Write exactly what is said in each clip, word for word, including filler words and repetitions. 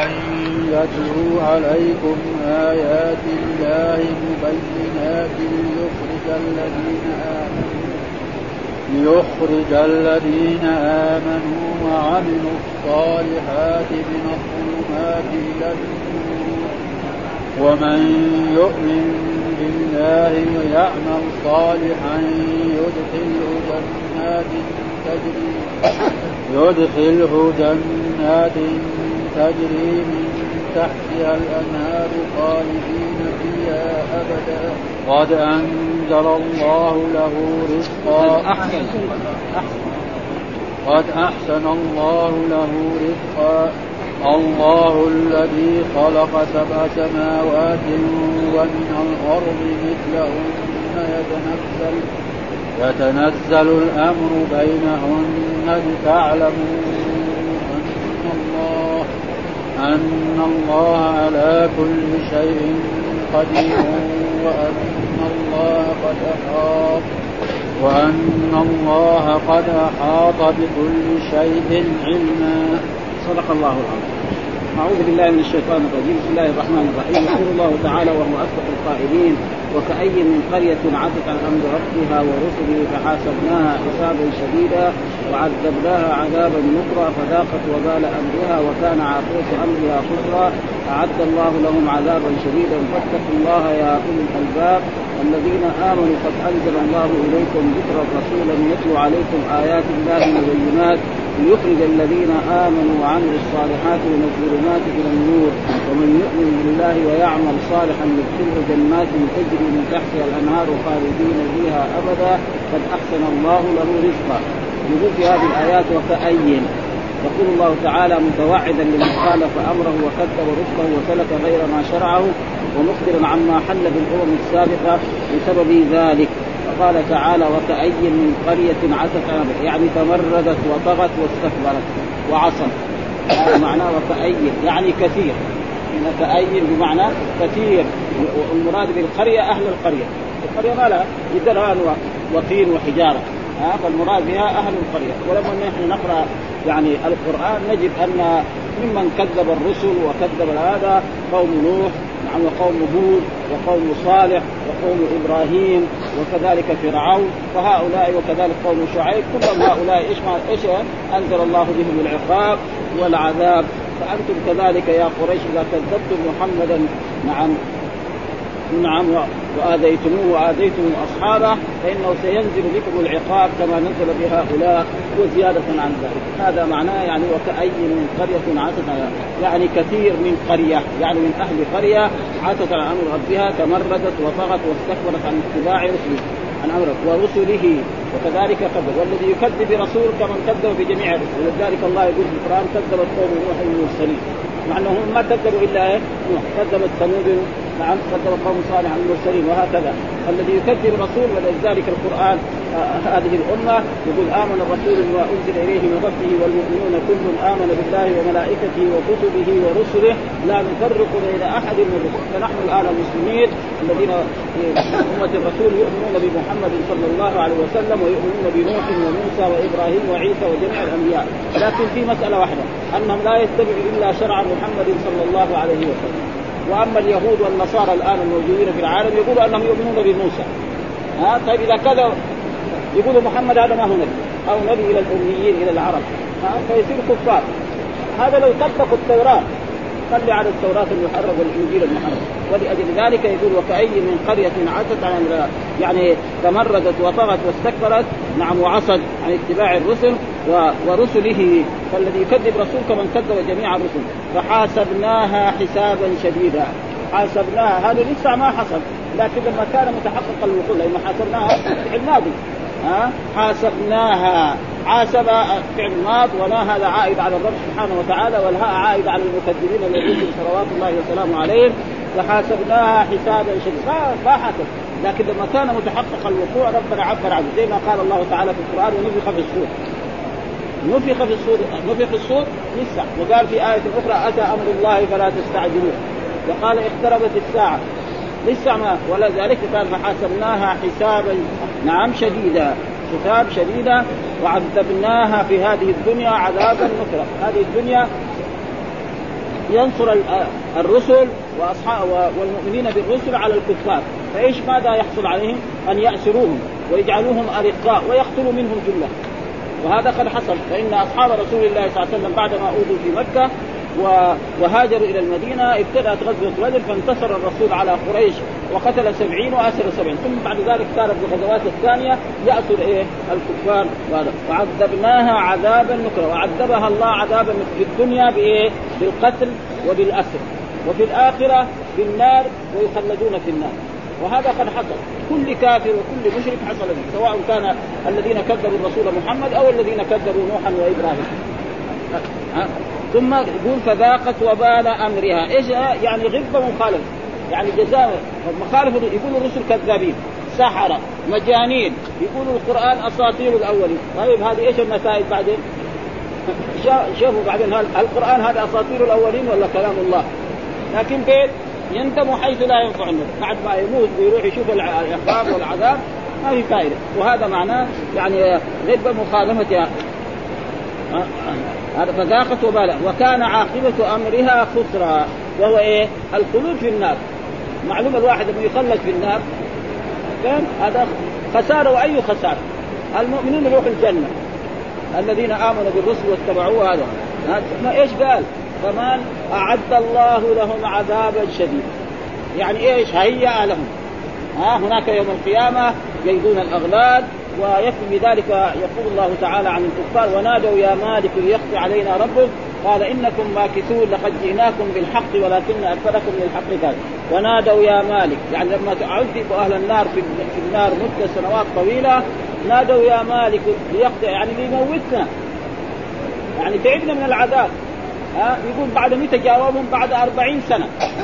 صالحا يتلو عليكم آيات الله مبينات ليخرج الذين آمنوا ليخرج الذين آمنوا وعملوا الصالحات من الظلمات إلى النور ومن يؤمن بالله ويعمل صالحا يدخله جنات تجري يدخله جنات تجري من تحتها الأنهار خالدين فيها أبدا قد أنزل الله له رزقا قد أحسن الله له رزقا الله الذي خلق سبع سماوات ومن الأرض مثلهن يتنزل يتنزل الأمر بينهن لتعلموا أن الله أن الله على كل شيء قدير وأن الله قد أحاط وأن الله قد أحاط بكل شيء علما. صدق الله العظيم. أعوذ بالله من الشيطان الرجيم. بسم الله الرحمن الرحيم. يقول الله تعالى وهو أصدق القائلين وكأي من قرية عتت عن أمر ربها ورسله فحاسبناها حسابا شديدا وعذبناها عذابا نكرا فذاقت وبال أمرها وكان عاقبة أمرها خسرا أعد الله لهم عذابا شديدا فاتقوا الله يا أولي الألباب الذين آمنوا قد أنزل الله إليكم ذكرا رسولا يتلو عليكم آيات الله مبينات ليخرج الذين آمنوا وعملوا الصالحات من الظلمات إلى النور ومن يؤمن بالله ويعمل صالحا يدخله جنات تجري من تحتها الأنهار خالدين فيها أبدا قد أحسن الله له رزقا. يقول في هذه الآيات وكأي يقول الله تعالى متوعدا لمن خالف أمره وكذب رسله وسلك غير ما شرعه ومخبرا عما حل بالأمم السابقة بسبب ذلك. فقال تعالى وكأي من قرية عتت يعني تمردت وطغت واستكبرت وعصت. هذا معناه وكأي يعني كثير. إن كأي بمعنى كثير والمراد بالقرية أهل القرية. القرية ما لها جدران وطين وحجارة فالمراد بها أهل القرية. ولما نحن نقرأ يعني القرآن نجد أن ممن كذب الرسل وكذب هذا قوم نوح نعم وقوم هود وقوم صالح وقوم إبراهيم وكذلك فرعون وهؤلاء وكذلك قوم شعيب كلهم هؤلاء إيش إيش أنزل الله بهم العقاب والعذاب. فأنتم كذلك يا قريش إذا كذبتم محمدا نعم نعم وآذيتموه وآذيتم أصحابه فإنه سينزل بكم العقاب كما نزل بهؤلاء وزيادة عن ذلك. هذا معناه يعني وكأي من قرية عتت يعني كثير من قرية يعني من أهل قرية عتت عن أمر ربها تمردت وطغت واستكبرت عن اتباع رسله عن أمره ورسله وكذلك كذب والذي يكذب برسول كمن كذب بجميع الرسل. ولذلك الله يقول في القرآن كذبت قوم نوح المرسلين مع أنهم ما كذبوا إلا نوح كذبت ثمود نعم كذب قوم صالح المرسلين وهكذا. الذي يكذب رسول ولذلك القرآن آه هذه الأمة يقول آمن الرسول بما أنزل إليه من ربه والمؤمنون كل آمن بالله وملائكته وكتبه ورسله لا نفرق بين أحد من الرسل. فنحن الآن المسلمين الذين في أمة الرسول يؤمنون بمحمد صلى الله عليه وسلم ويؤمنون بنوح وموسى وإبراهيم وعيسى وجميع الأنبياء لكن في مسألة واحدة أنهم لا يتبعوا إلا شرع محمد صلى الله عليه وسلم. وأما اليهود والنصارى الآن الموجودين في العالم يقولوا أنهم يؤمنون بموسى. ها طيب إذا كذا يقولوا محمد هذا ما هو نبي أو نبي إلى الأميين إلى العرب فيصير كفار. هذا لو طبقوا التوراة خلي على التوراة المحرف والإنجيل المحرف. ولأجل ذلك يقول وكأي من قرية عتت عن يعني تمردت وطغت واستكبرت نعم وعصت عن اتباع الرسل ورسله فالذي يكذب رسول كمن كذب جميع الرسل فحاسبناها حسابا شديدا. حاسبناها هذا لسه ما حصل لكن لما كان متحقق الوقوع لأنه حاسبناها فعل ماضي ها حاسبناها حاسب فعل ماض ولا هذا عائد على الرب سبحانه وتعالى والهاء عائد على المكذبين الذين صلوات الله وسلامه عليهم. فحاسبناها حسابا شديدا ما حسب لكن لما كان متحقق الوقوع ربنا عبر عنه زي ما قال الله تعالى في القرآن ونفخ في الصور نفخ في الصور نفخ في الصور لسه. وقال في آية أخرى أتى أمر الله فلا تستعجلوه وقال اقتربت الساعة لسه ما ولا ذلك قال فحاسبناها حسابا نعم شديدا حساب شديدا وعذبناها في هذه الدنيا عذابا نكرا. هذه الدنيا ينصر الرسل وأصحاب والمؤمنين بالرسل على الكفار، فإيش ماذا يحصل عليهم؟ أن يأسروهم ويجعلوهم أرقاء ويقتلوا منهم جملة، وهذا قد حصل. فإن أصحاب رسول الله صلى الله عليه وسلم بعدما أوذوا في مكة وهاجروا إلى المدينة ابتدأت غزوة بدر، فانتصر الرسول على قريش وقتل سبعين وأسر سبعين، ثم بعد ذلك كانت الغزوات الثانية يأسر إيه الكفار، وعذبناها عذابا نكرا، وعذبها الله عذابا في الدنيا بإيه؟ بالقتل وبالأسر، وفي الآخرة بالنار ويخلدون في النار. وهذا قد حصل، كل كافر وكل مشرك حصل به، سواء كان الذين كذبوا الرسول محمد أو الذين كذبوا نوحا وإبراهيم. ثم يقول فذاقت وبال أمرها. إيش يعني؟ غضب مخالف، يعني جزاء مخالف. يقولوا الرسل كذابين، سحرة، مجانين، يقولوا القرآن أساطير الأولين. طيب هذه إيش النتائج بعدين؟ شوفوا بعدين هل القرآن هذا أساطير الأولين ولا كلام الله؟ لكن كيف ينتموا حيث لا ينفع الناس، بعد ما يموت ويروح يشوف العقاب والعذاب ما في فائدة. وهذا معناه يعني غضب مخالفتها. هذا فذاقت وبالا وكان عاقبة أمرها خسرا، وهو إيه؟ الخلود في النار. معلوم الواحد انه يخلد في النار كان هذا خسارة، وأي خسارة. المؤمنون يروحوا الجنة الذين آمنوا بالرسل واتبعوه. هذا ما إيش قال؟ كمان أعد الله لهم عذابا شديد، يعني إيش؟ هيأ لهم. ها هناك يوم القيامة يجدون الأغلال، ويكفي بذلك يقول الله تعالى عن الكفار ونادوا يا مالك ليقضي علينا ربك قال إنكم ماكثون لقد جئناكم بالحق ولكن أكثركم للحق كاذبون. ونادوا يا مالك، يعني لما تعذب أهل النار في النار مدة سنوات طويلة نادوا يا مالك ليقضي، يعني ليموتنا، يعني تعبنا من العذاب. ها يقول بعد متى جاوبهم؟ بعد أربعين سنة.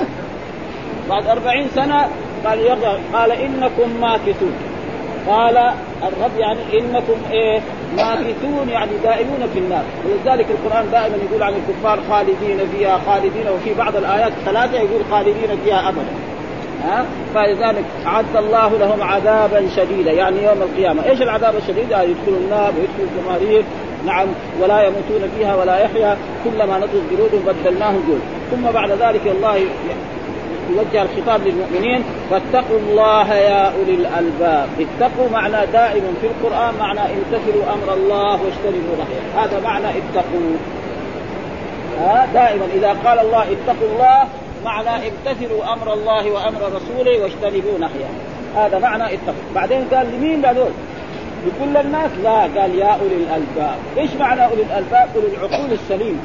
بعد أربعين سنة قال يرجع، قال إنكم ماكثون. قال الرب يعني إنكم إيه؟ ماكثون، يعني دائمون في النار. ولذلك القرآن دائما يقول عن الكفار خالدين فيها خالدين، وفي بعض الآيات ثلاثة يقول خالدين فيها أبدا. ها فلذلك أعد الله لهم عذابا شديدا، يعني يوم القيامة. إيش العذاب الشديد؟ يعني يدخلوا النار ويدخلوا الجمارير، نعم، ولا يموتون فيها ولا يحيا، كلما نضجت جلودهم بدلناهم جلود. ثم بعد ذلك الله يوجه الخطاب للمؤمنين فاتقوا الله يا أولي الألباب. اتقوا معنى دائم في القرآن معنى امتثلوا أمر الله واجتنبوا نهيه، هذا معنى اتقوا. ها دائما إذا قال الله اتقوا الله معنى امتثلوا أمر الله وأمر رسوله واجتنبوا نهيه، هذا معنى اتقوا. بعدين قال لمين هذول؟ لكل الناس؟ لا، قال يا أولي الألباب. إيش معنى أولي الألباب؟ أولي العقول السليمة.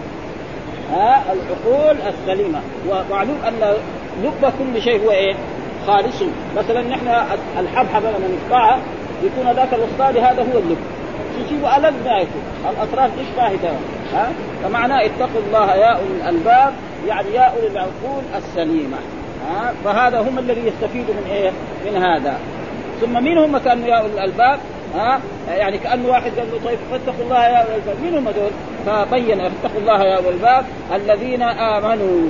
ها العقول السليمة. ومعلوم أن لب كل شيء هو إيه؟ خالص. مثلا نحن الحبحبة لما نقطعها يكون ذاك الوسطاني هذا هو اللب، تجيبوا ألد ما يكون الأطراف إيش باهتة. ها فمعنى اتقوا الله يا أولي الألباب، يعني يا أولي العقول السليمة. ها فهذا هم الذي يستفيدوا من إيه؟ من هذا. ثم مين هم كانوا يا أولي الألباب؟ ها يعني كأنه واحد قال له طيب فاتقوا الله يا أولي الألباب، مين هم دول؟ فبين اتقوا الله يا أولي الألباب الذين آمنوا،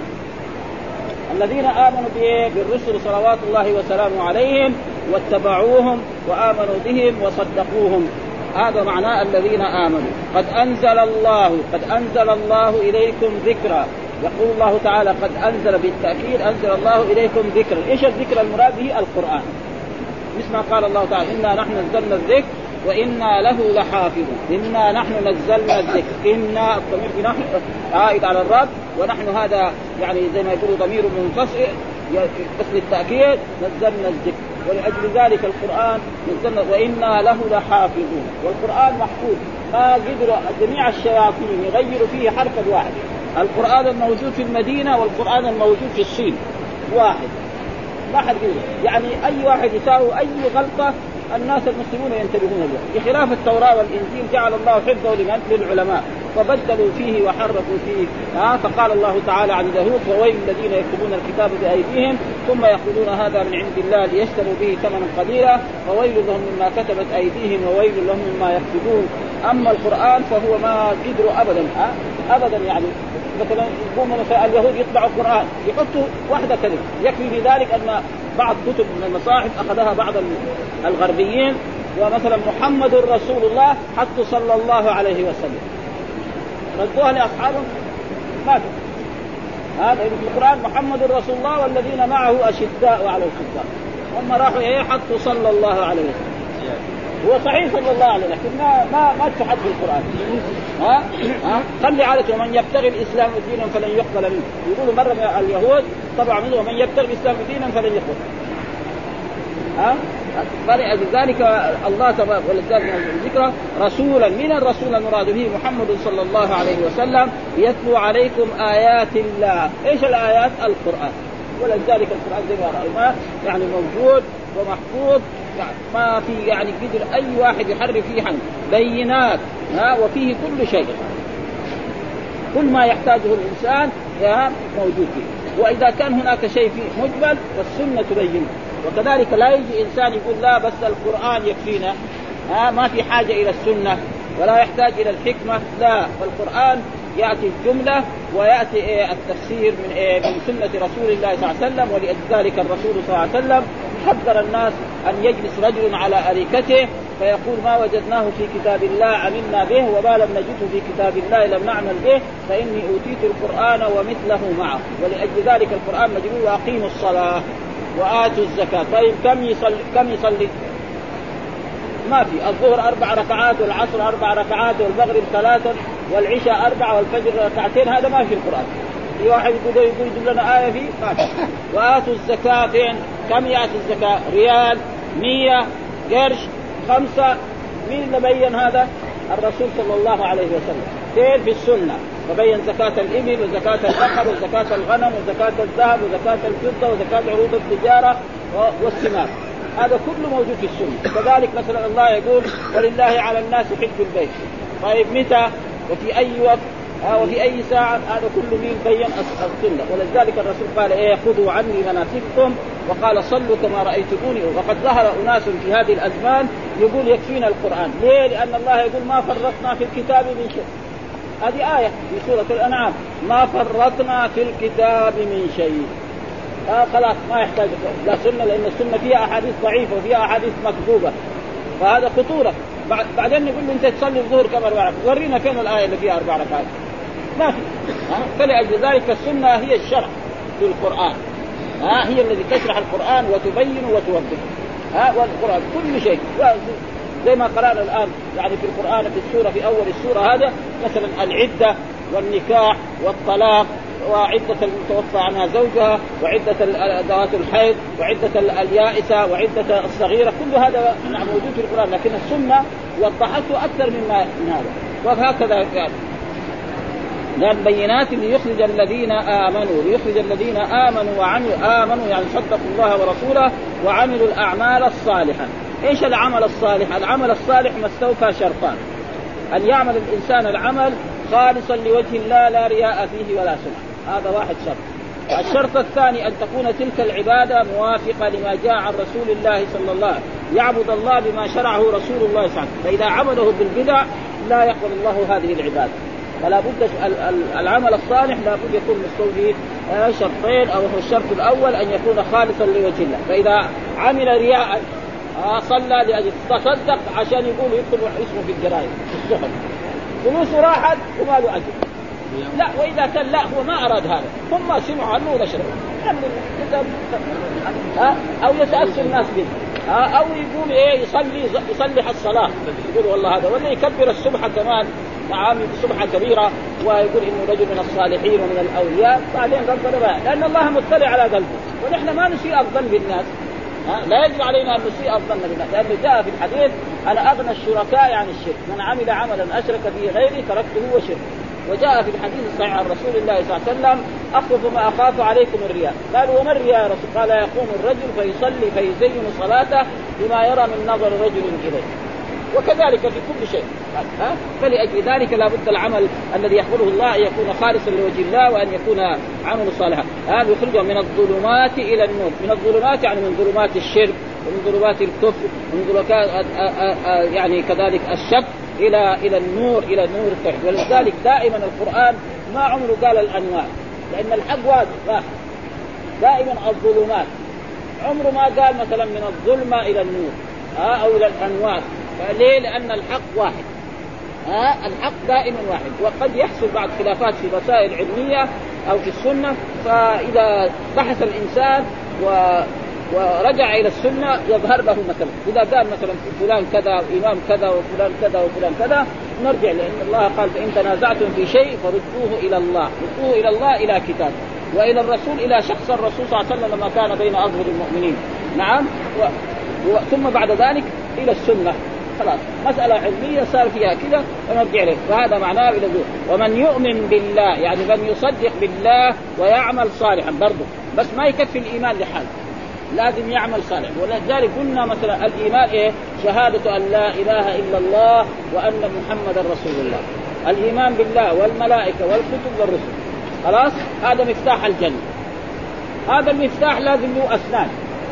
الذين آمنوا بالرسل صلوات الله وسلامه عليهم واتبعوهم وآمنوا بهم وصدقوهم، هذا معناه الذين آمنوا. قد أنزل الله قد أنزل الله إليكم ذكرا، يقول الله تعالى قد أنزل، بالتأكيد أنزل الله إليكم ذكرا. إيش الذكر المراد به؟ القرآن. مثل ما قال الله تعالى إنا نحن نزلنا الذكر وإنا له لحافظون. إنا نحن نزلنا الذكر، إنا الضمير في نحن عائد على الرب، ونحن هذا يعني زي ما يقولوا ضمير منفصل بس للتأكيد نزلنا الذكر، ولأجل ذلك القرآن نزلنا وإنا له لحافظون. والقرآن محفوظ، ما قدر جميع الشياطين يغيروا فيه حرفا واحد. القرآن الموجود في المدينة والقرآن الموجود في الصين واحد، ما حد يقول. يعني أي واحد يساوي أي غلطة الناس المسلمون ينتبهون له، بخلاف التوراة والإنجيل جعل الله حفظه لمن؟ للعلماء، فبدلوا فيه وحرفوا فيه. آه فقال الله تعالى عن اليهود وويل الذين يكتبون الكتاب بأيديهم ثم يقولون هذا من عند الله ليشتروا به ثمنا قليلا وويل لهم مما كتبت أيديهم وويل لهم مما يكتبون. أما القرآن فهو ما قدروا أبدا آه أبدا. يعني مثلا يقوم مثلا اليهود يطبعوا القرآن يحطوا واحدة كلمة، يكفي بذلك أن بعض كتب من المصاحف أخذها بعض الغربيين، ومثلا محمد رسول الله حتى صلى الله عليه وسلم ردوها لأصحابهم ما في. هذا في القرآن محمد رسول الله والذين معه أشداء على الكفار. هم راحوا إيه حطوا صلى الله عليه وسلم. هو صحيح صلى الله عليه لكن ما ما ما تحط في القرآن. ها ها خلي عادة ومن يبتغي الإسلام دينا فلن يقبل منه. يقولوا مرة اليهود طبعا منه ومن يبتغي الإسلام دينا فلن يقبل. ها فلذلك الله تبارك ولذلك ذكر رسولا من الرسول المراد به محمد صلى الله عليه وسلم يتلو عليكم آيات الله. إيش الآيات؟ القرآن. ولذلك القرآن زي ما رأينا يعني موجود ومحفوظ يعني ما في يعني قدر أي واحد يحرف فيه حن بينات ها وفيه كل شيء كل ما يحتاجه الإنسان موجود فيه. وإذا كان هناك شيء فيه مجمل فالسنة تبينه. وكذلك لا يجي إنسان يقول لا بس القرآن يكفينا ها ما في حاجة إلى السنة ولا يحتاج إلى الحكمة. لا فالقرآن يأتي الجملة ويأتي إيه التفسير من إيه من سنة رسول الله صلى الله عليه وسلم. ولذلك الرسول صلى الله عليه وسلم حذر الناس أن يجلس رجل على أريكته فيقول ما وجدناه في كتاب الله عملنا به وما لم نجده في كتاب الله لم نعمل به فإني أوتيت القرآن ومثله معه. ولأجل ذلك القرآن مجموع وأقيموا الصلاة وآتوا الزكاة. طيب كم يصلي كم يصلي؟ ما في. الظهر أربع ركعات والعصر أربع ركعات والمغرب ثلاثة والعشاء أربع والفجر ركعتين. هذا ما في القرآن. في واحد يقول يقول يجيب لنا آية فيه ما في. وآتوا الزكاة فين؟ كم يأتي الزكاة؟ ريال مية قرش خمسة. مين اللي بين هذا؟ الرسول صلى الله عليه وسلم. فين؟ في السنة. فبين زكاة الإبل وزكاة البقر وزكاة الغنم وزكاة الذهب وزكاة الفضة وزكاة عروض التجارة والثمار. هذا كله موجود في السنة. كذلك مثلا الله يقول ولله على الناس حج البيت. طيب متى وفي أي وقت آه وفي أي ساعة؟ هذا كله مين بين السنة. ولذلك الرسول قال إيه خذوا عني مناسككم وقال صلوا كما رأيتموني. وقد ظهر أناس في هذه الأزمان يقول يكفينا القرآن. ليه؟ لأن الله يقول ما فرطنا في الكتاب من شيء. هذه آية في سورة الأنعام ما فرطنا في الكتاب من شيء. آه خلاص ما يحتاج لا سنة لأن السنة فيها أحاديث ضعيفة وفيها أحاديث مكذوبة فهذا خطورة. بعدين يقول له أنت تصلي الظهر كما رأيت ورينا فين الآية اللي فيها أربع ركعات ما في. فلأجل ذلك السنة هي الشرع في القرآن. ها هي الذي تشرح القرآن وتبين وتوضح. ها والقرآن كل شيء زي ما قرأنا الآن يعني في القرآن في السورة في أول السورة هذا مثلا العدة والنكاح والطلاق وعدة المتوفى عنها زوجها وعدة ذوات الحيض وعدة اليائسة وعدة الصغيرة كل هذا موجود في القرآن. لكن السنة وضحته أكثر مما من هذا. وهكذا قال قال بينات ليخرج الذين آمنوا ليخرج الذين آمنوا وعملوا آمنوا يعني صدقوا الله ورسوله وعملوا الأعمال الصالحة. إيش العمل الصالح؟ العمل الصالح ما استوفى شرطان: أن يعمل الإنسان العمل خالصا لوجه الله لا رياء فيه ولا سمعة. هذا واحد شرط. الشرط الثاني أن تكون تلك العبادة موافقة لما جاء عن رسول الله صلى الله عليه وسلم يعبد الله بما شرعه رسول الله صلى الله عليه وسلم. فإذا عمله بالبدع لا يقبل الله هذه العبادة. فلا بد العمل الصالح لا بد يكون مستوفي شرطين. أو الشرط الأول أن يكون خالصا لوجه الله. فإذا عمل رياء صلى لأجل تصدق عشان يقول يكتب اسمه في الجرائد في الصحف فلوسه راحت وما له أجر. لا وإذا كان لا هو ما أراد هذا هم سمعوا عنه ونشروا أو يتأثر الناس به أو يقول إيه يصلي يصلح الصلاة يقول والله هذا ولا يكبر الصبح كمان نعم صبحة كبيرة ويقول إنه رجل من الصالحين ومن الأولياء. بعدين قال بقى لأن الله مطلع على قلبه ونحن ما نسيء الظن بالناس. لا يجب علينا أن نسيء الظن بالناس لأنه جاء في الحديث أنا أغنى الشركاء عن الشرك من عمل عملا أشرك به غيري تركته وشرك. وجاء في الحديث الصحيح عن رسول الله صلى الله عليه وسلم أخوف ما أخاف عليكم الرياء. قالوا وما الرياء يا رسول؟ قال يقوم الرجل فيصلي فيزين صلاته بما يرى من نظر رجل إليه. وكذلك في كل شيء. ها فلأجل ذلك لا بد العمل الذي يقبله الله أن يكون خالصا لوجه الله وأن يكون عمل صالحا. هذا يخرجه من الظلمات إلى النور. من الظلمات يعني من ظلمات الشرك ومن ظلمات الكفر ومن ظلمات يعني كذلك الشك إلى إلى النور إلى نور التوحيد. ولذلك دائما القرآن ما عمره قال الأنواع لأن الحق واحد. دائما الظلمات عمره ما قال مثلا من الظلمة إلى النور أو إلى الأنوار. ليه؟ لأن الحق واحد. ها الحق دائما واحد. وقد يحصل بعض خلافات في مسائل علمية أو في السنة. فإذا بحث الإنسان و ورجع إلى السنة يظهر له مثلا إذا قال مثلا فلان كذا إمام كذا وفلان كذا وفلان كذا نرجع، لأن الله قال فإن تنازعتم في شيء فردوه إلى الله، ردوه إلى الله إلى كتاب، وإلى الرسول إلى شخص الرسول صلى الله عليه وسلم لما كان بين أظهر المؤمنين. نعم. و... و... ثم بعد ذلك إلى السنة. خلاص مسألة علمية صار فيها كذا ونرجع له. فهذا معناه إلى ذو. ومن يؤمن بالله يعني من يصدق بالله ويعمل صالحا برضه، بس ما يكفي الإيمان لحاله، لازم يعمل صالح. ولذلك قلنا مثلا الإيمان إيه؟ شهادة أن لا إله إلا الله وأن محمد رسول الله. الإيمان بالله والملائكة والكتب والرسل، خلاص هذا مفتاح الجنة. هذا المفتاح لازم له أسنان،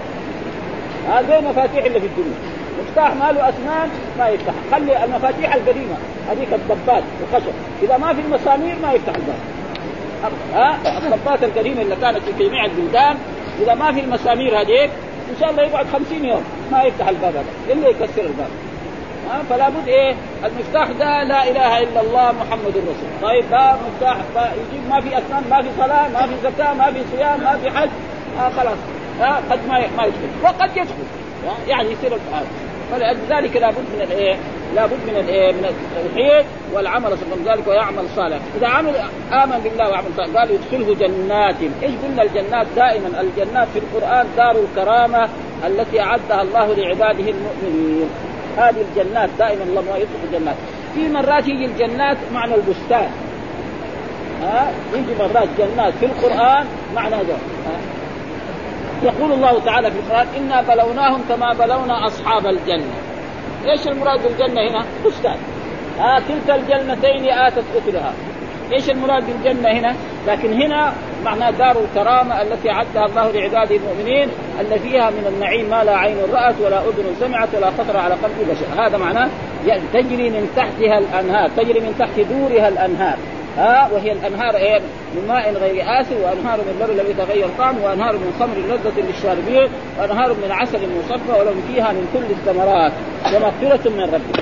هذا مفاتيح اللي في الدنيا. مفتاح ما له أسنان ما يفتح. خلي المفاتيح القديمة هذيك الضبات وخشب، إذا ما في المسامير ما يفتح الباب. ها الضبات القديمة اللي كانت في جميع البلدان إذا ما في المسامير هذيك إن شاء الله يقعد خمسين يوم ما يفتح الباب هذا إلا يكسر الباب. ها فلا بد إيه المفتاح ده لا إله إلا الله محمد رسول. طيب ده مفتاح يجيب ما في أسنان، ما في صلاة، ما في زكاة، ما في صيام، ما في حج، آه خلاص ها قد ما ما يدخل وقد يدخل يعني يصير الآن. فلذلك لابد من الايه لابد من الايه من التوحيد والعمل من ذلك ويعمل صالح. اذا عمل امن بالله وعمل صالح قال يدخله جنات. ايش قلنا الجنات؟ دائما الجنات في القران دار الكرامه التي اعدها الله لعباده المؤمنين. هذه الجنات دائما الله ما يدخل الجنات. في مرات يجي الجنات معنى البستان، ها يجي مرات جنات في القران معنى ذا. يقول الله تعالى في القرآن إنا بلوناهم كما بلونا أصحاب الجنة. إيش المراد بالجنة هنا؟ بستان. آه تلك الجنتين آتت أكلها. إيش المراد بالجنة هنا؟ لكن هنا معنى دار الكرامة التي أعدها الله لعباده المؤمنين التي فيها من النعيم ما لا عين رأت ولا أذن سمعت ولا خطر على قلب بشر. هذا معناه تجري من تحتها الأنهار، تجري من تحت دورها الأنهار. ها وهي الأنهار إيه؟ من ماء غير آسن، وأنهار من لبن لم يتغير طعمه، وأنهار من خمر لذة للشاربين، وأنهار من عسل مصفى، ولهم فيها من كل الثمرات ومغفرة من ربهم.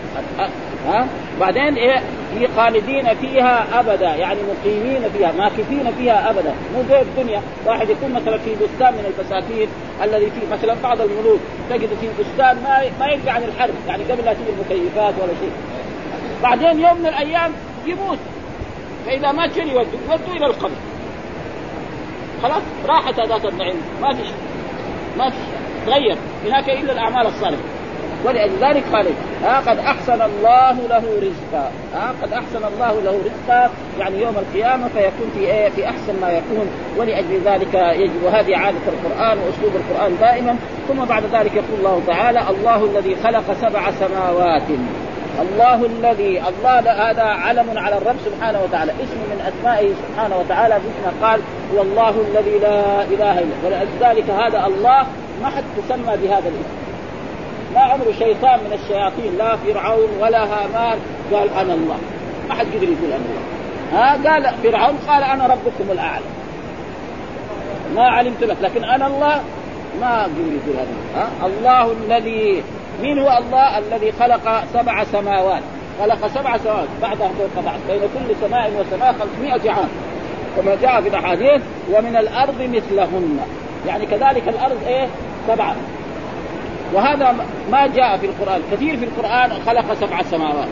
ها بعدين إيه؟ في خالدين فيها أبدا، يعني مقيمين فيها ماكثين فيها أبدا. مو زي الدنيا واحد يكون مثلا في بستان من البساتين الذي فيه مثلا بعض الملوك تجد في بستان ما ما يرجع عن الحرب، يعني قبل لا تيجي المكيفات ولا شيء، بعدين يوم من الأيام يموت، فإذا ما تشري يودوا يودوا إلى القبر، خلاص راحت ذات النعيم، ما في شيء ما في تغير هناك إلا الأعمال الصالحة. ولذلك قال ها قد أحسن الله له رزقا. ها قد أحسن الله له رزقا يعني يوم القيامة فيكون في إيه في أحسن ما يكون. ولأجل ذلك يجب، وهذه عادة القرآن وأسلوب القرآن دائما. ثم بعد ذلك يقول الله تعالى الله الذي خلق سبع سماوات. الله الذي الله هذا علم على الرب سبحانه وتعالى، اسم من أسمائه سبحانه وتعالى، مثل قال هو الله الذي لا إله إلا. ولذلك هذا الله ما حد تسمى بهذا الاسم. ما عمر شيطان من الشياطين لا فرعون ولا هامان قال أنا الله، ما حد قدر يقول أنا الله. ها قال فرعون قال أنا ربكم الأعلى ما علمت لك، لكن أنا الله ما قدر يقول هذا. ها الله الذي، مين هو الله الذي خلق سبع سماوات؟ خلق سبع سماوات بعدها فوق بعض، بين كل سماء وسماء خمسمائة عام كما جاء في الأحاديث. ومن الأرض مثلهن، يعني كذلك الأرض إيه سبعة. وهذا ما جاء في القرآن كثير. في القرآن خلق سبع سماوات،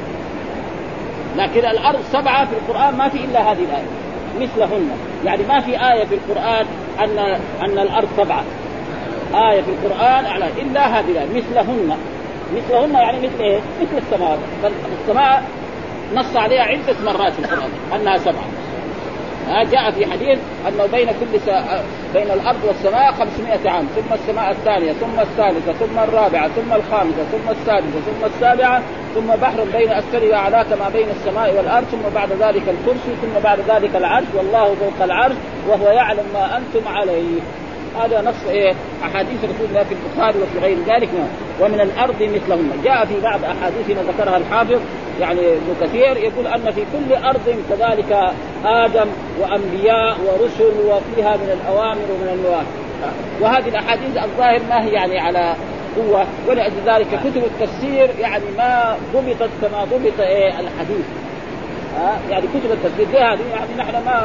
لكن الأرض سبعة في القرآن ما في إلا هذه الآية مثلهن. يعني ما في آية في القرآن أن أن الأرض سبعة، آية في القرآن على إلا هذه الآية مثلهن. مثلهن يعني مثل إيه؟ مثل السماوات. السماء نص عليها عدة مرات في القرآن أنها سبعة. جاء في حديث أنه بين كل س... بين الأرض والسماء خمسمائة عام، ثم السماء الثانية، ثم الثالثة، ثم الرابعة، ثم الخامسة، ثم السادسة، ثم السابعة، ثم بحر بين أسفل وأعلى كما بين السماء والأرض، ثم بعد ذلك الكرسي، ثم بعد ذلك العرش، والله فوق العرش وهو يعلم ما أنتم عليه. هذا نص إيه أحاديث رسول الله في البخاري وفي غير ذلك. ومن الأرض مثلهم. جاء في بعض أحاديثنا ذكرها الحافظ يعني ابن كثير يقول أن في كل أرض كذلك آدم وأنبياء ورسل وفيها من الأوامر ومن النواهي. وهذه الأحاديث الظاهر ما هي يعني على قوة، ولأجل ذلك كتب التفسير يعني ما ضبطت كما ضبط إيه الحديث. يعني كتب التفسير هذه يعني نحن ما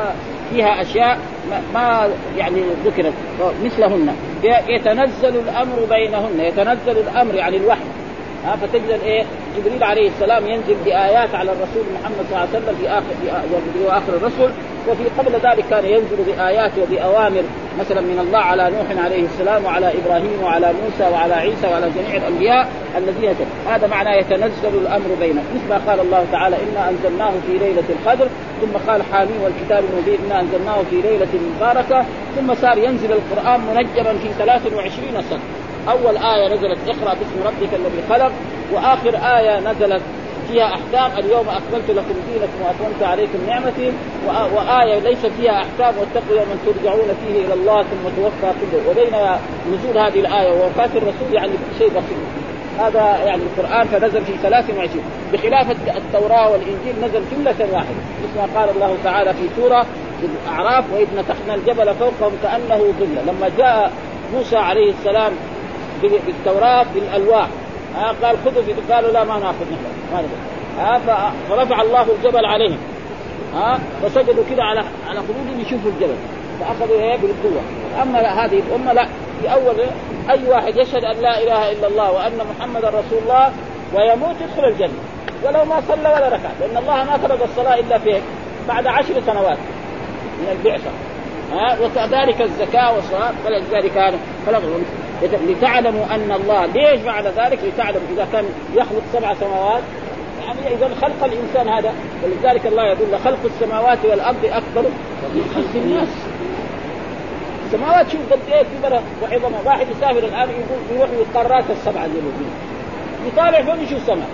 فيها أشياء ما يعني ذكرت مثلهن. يتنزل الأمر بينهن، يتنزل الأمر يعني الوحي، ها فتجد إيه جبريل عليه السلام ينزل بآيات على الرسول محمد صلى الله عليه وسلم في آخر في آخر الرسل، وفي قبل ذلك كان ينزل بآيات وبأوامر مثلا من الله على نوح عليه السلام وعلى إبراهيم وعلى موسى وعلى عيسى وعلى جميع الأنبياء الذين هذا معنى يتنزل الأمر بينهم، مثل ما قال الله تعالى إنا أنزلناه في ليلة القدر، ثم قال حامين والكتاب المبين إنا أنزلناه في ليلة مباركة، ثم صار ينزل القرآن منجما في ثلاث وعشرين سنة. أول آية نزلت اقرأ باسم ربك الذي خلق، وآخر آية نزلت فيها أحكام اليوم أكملت لكم دينكم وأتممت عليكم نعمتي، وآية ليس فيها أحكام واتقوا يوما ترجعون فيه إلى الله ثم توفى كله. وبين نزول هذه الآية ووفاة الرسول يعني شيء بسيط، هذا يعني القرآن فنزل في ثلاث وعشرين، بخلاف التوراة والإنجيل نزل جملة واحدة، مثل ما قال الله تعالى في سورة الأعراف وإذ نتقنا الجبل فوقهم كأنه ظل. لما جاء موسى عليه السلام بالتوراة بالألواح قال خذوا، قالوا لا ما نأخذ نحن، فرفع الله الجبل عليهم فسجدوا كده على على خدودهم يشوفوا الجبل فأخذوا إيه بالقوة. أما هذه الأمة لا، في أول أي واحد يشهد أن لا إله إلا الله وأن محمد رسول الله ويموت يدخل الجنة ولو ما صلى ولا ركع، لأن الله ما فرض الصلاة إلا فيه بعد عشر سنوات من البعثة. ها وكذلك الزكاة والصلاة، فلذلك هذا لتعلموا أن الله ليش فعل ذلك؟ لتعلموا إذا كان يخلق سبع سماوات يعني إذا خلق الإنسان هذا، ولذلك الله يقول خلق السماوات والأرض أكبر من خلق الناس. السماوات شوف قد إيه كبر وعظمة، واحد يسافر الآن يقول يروح للقارات السبعة اللي موجودة يطالع فوق يشوف سماء،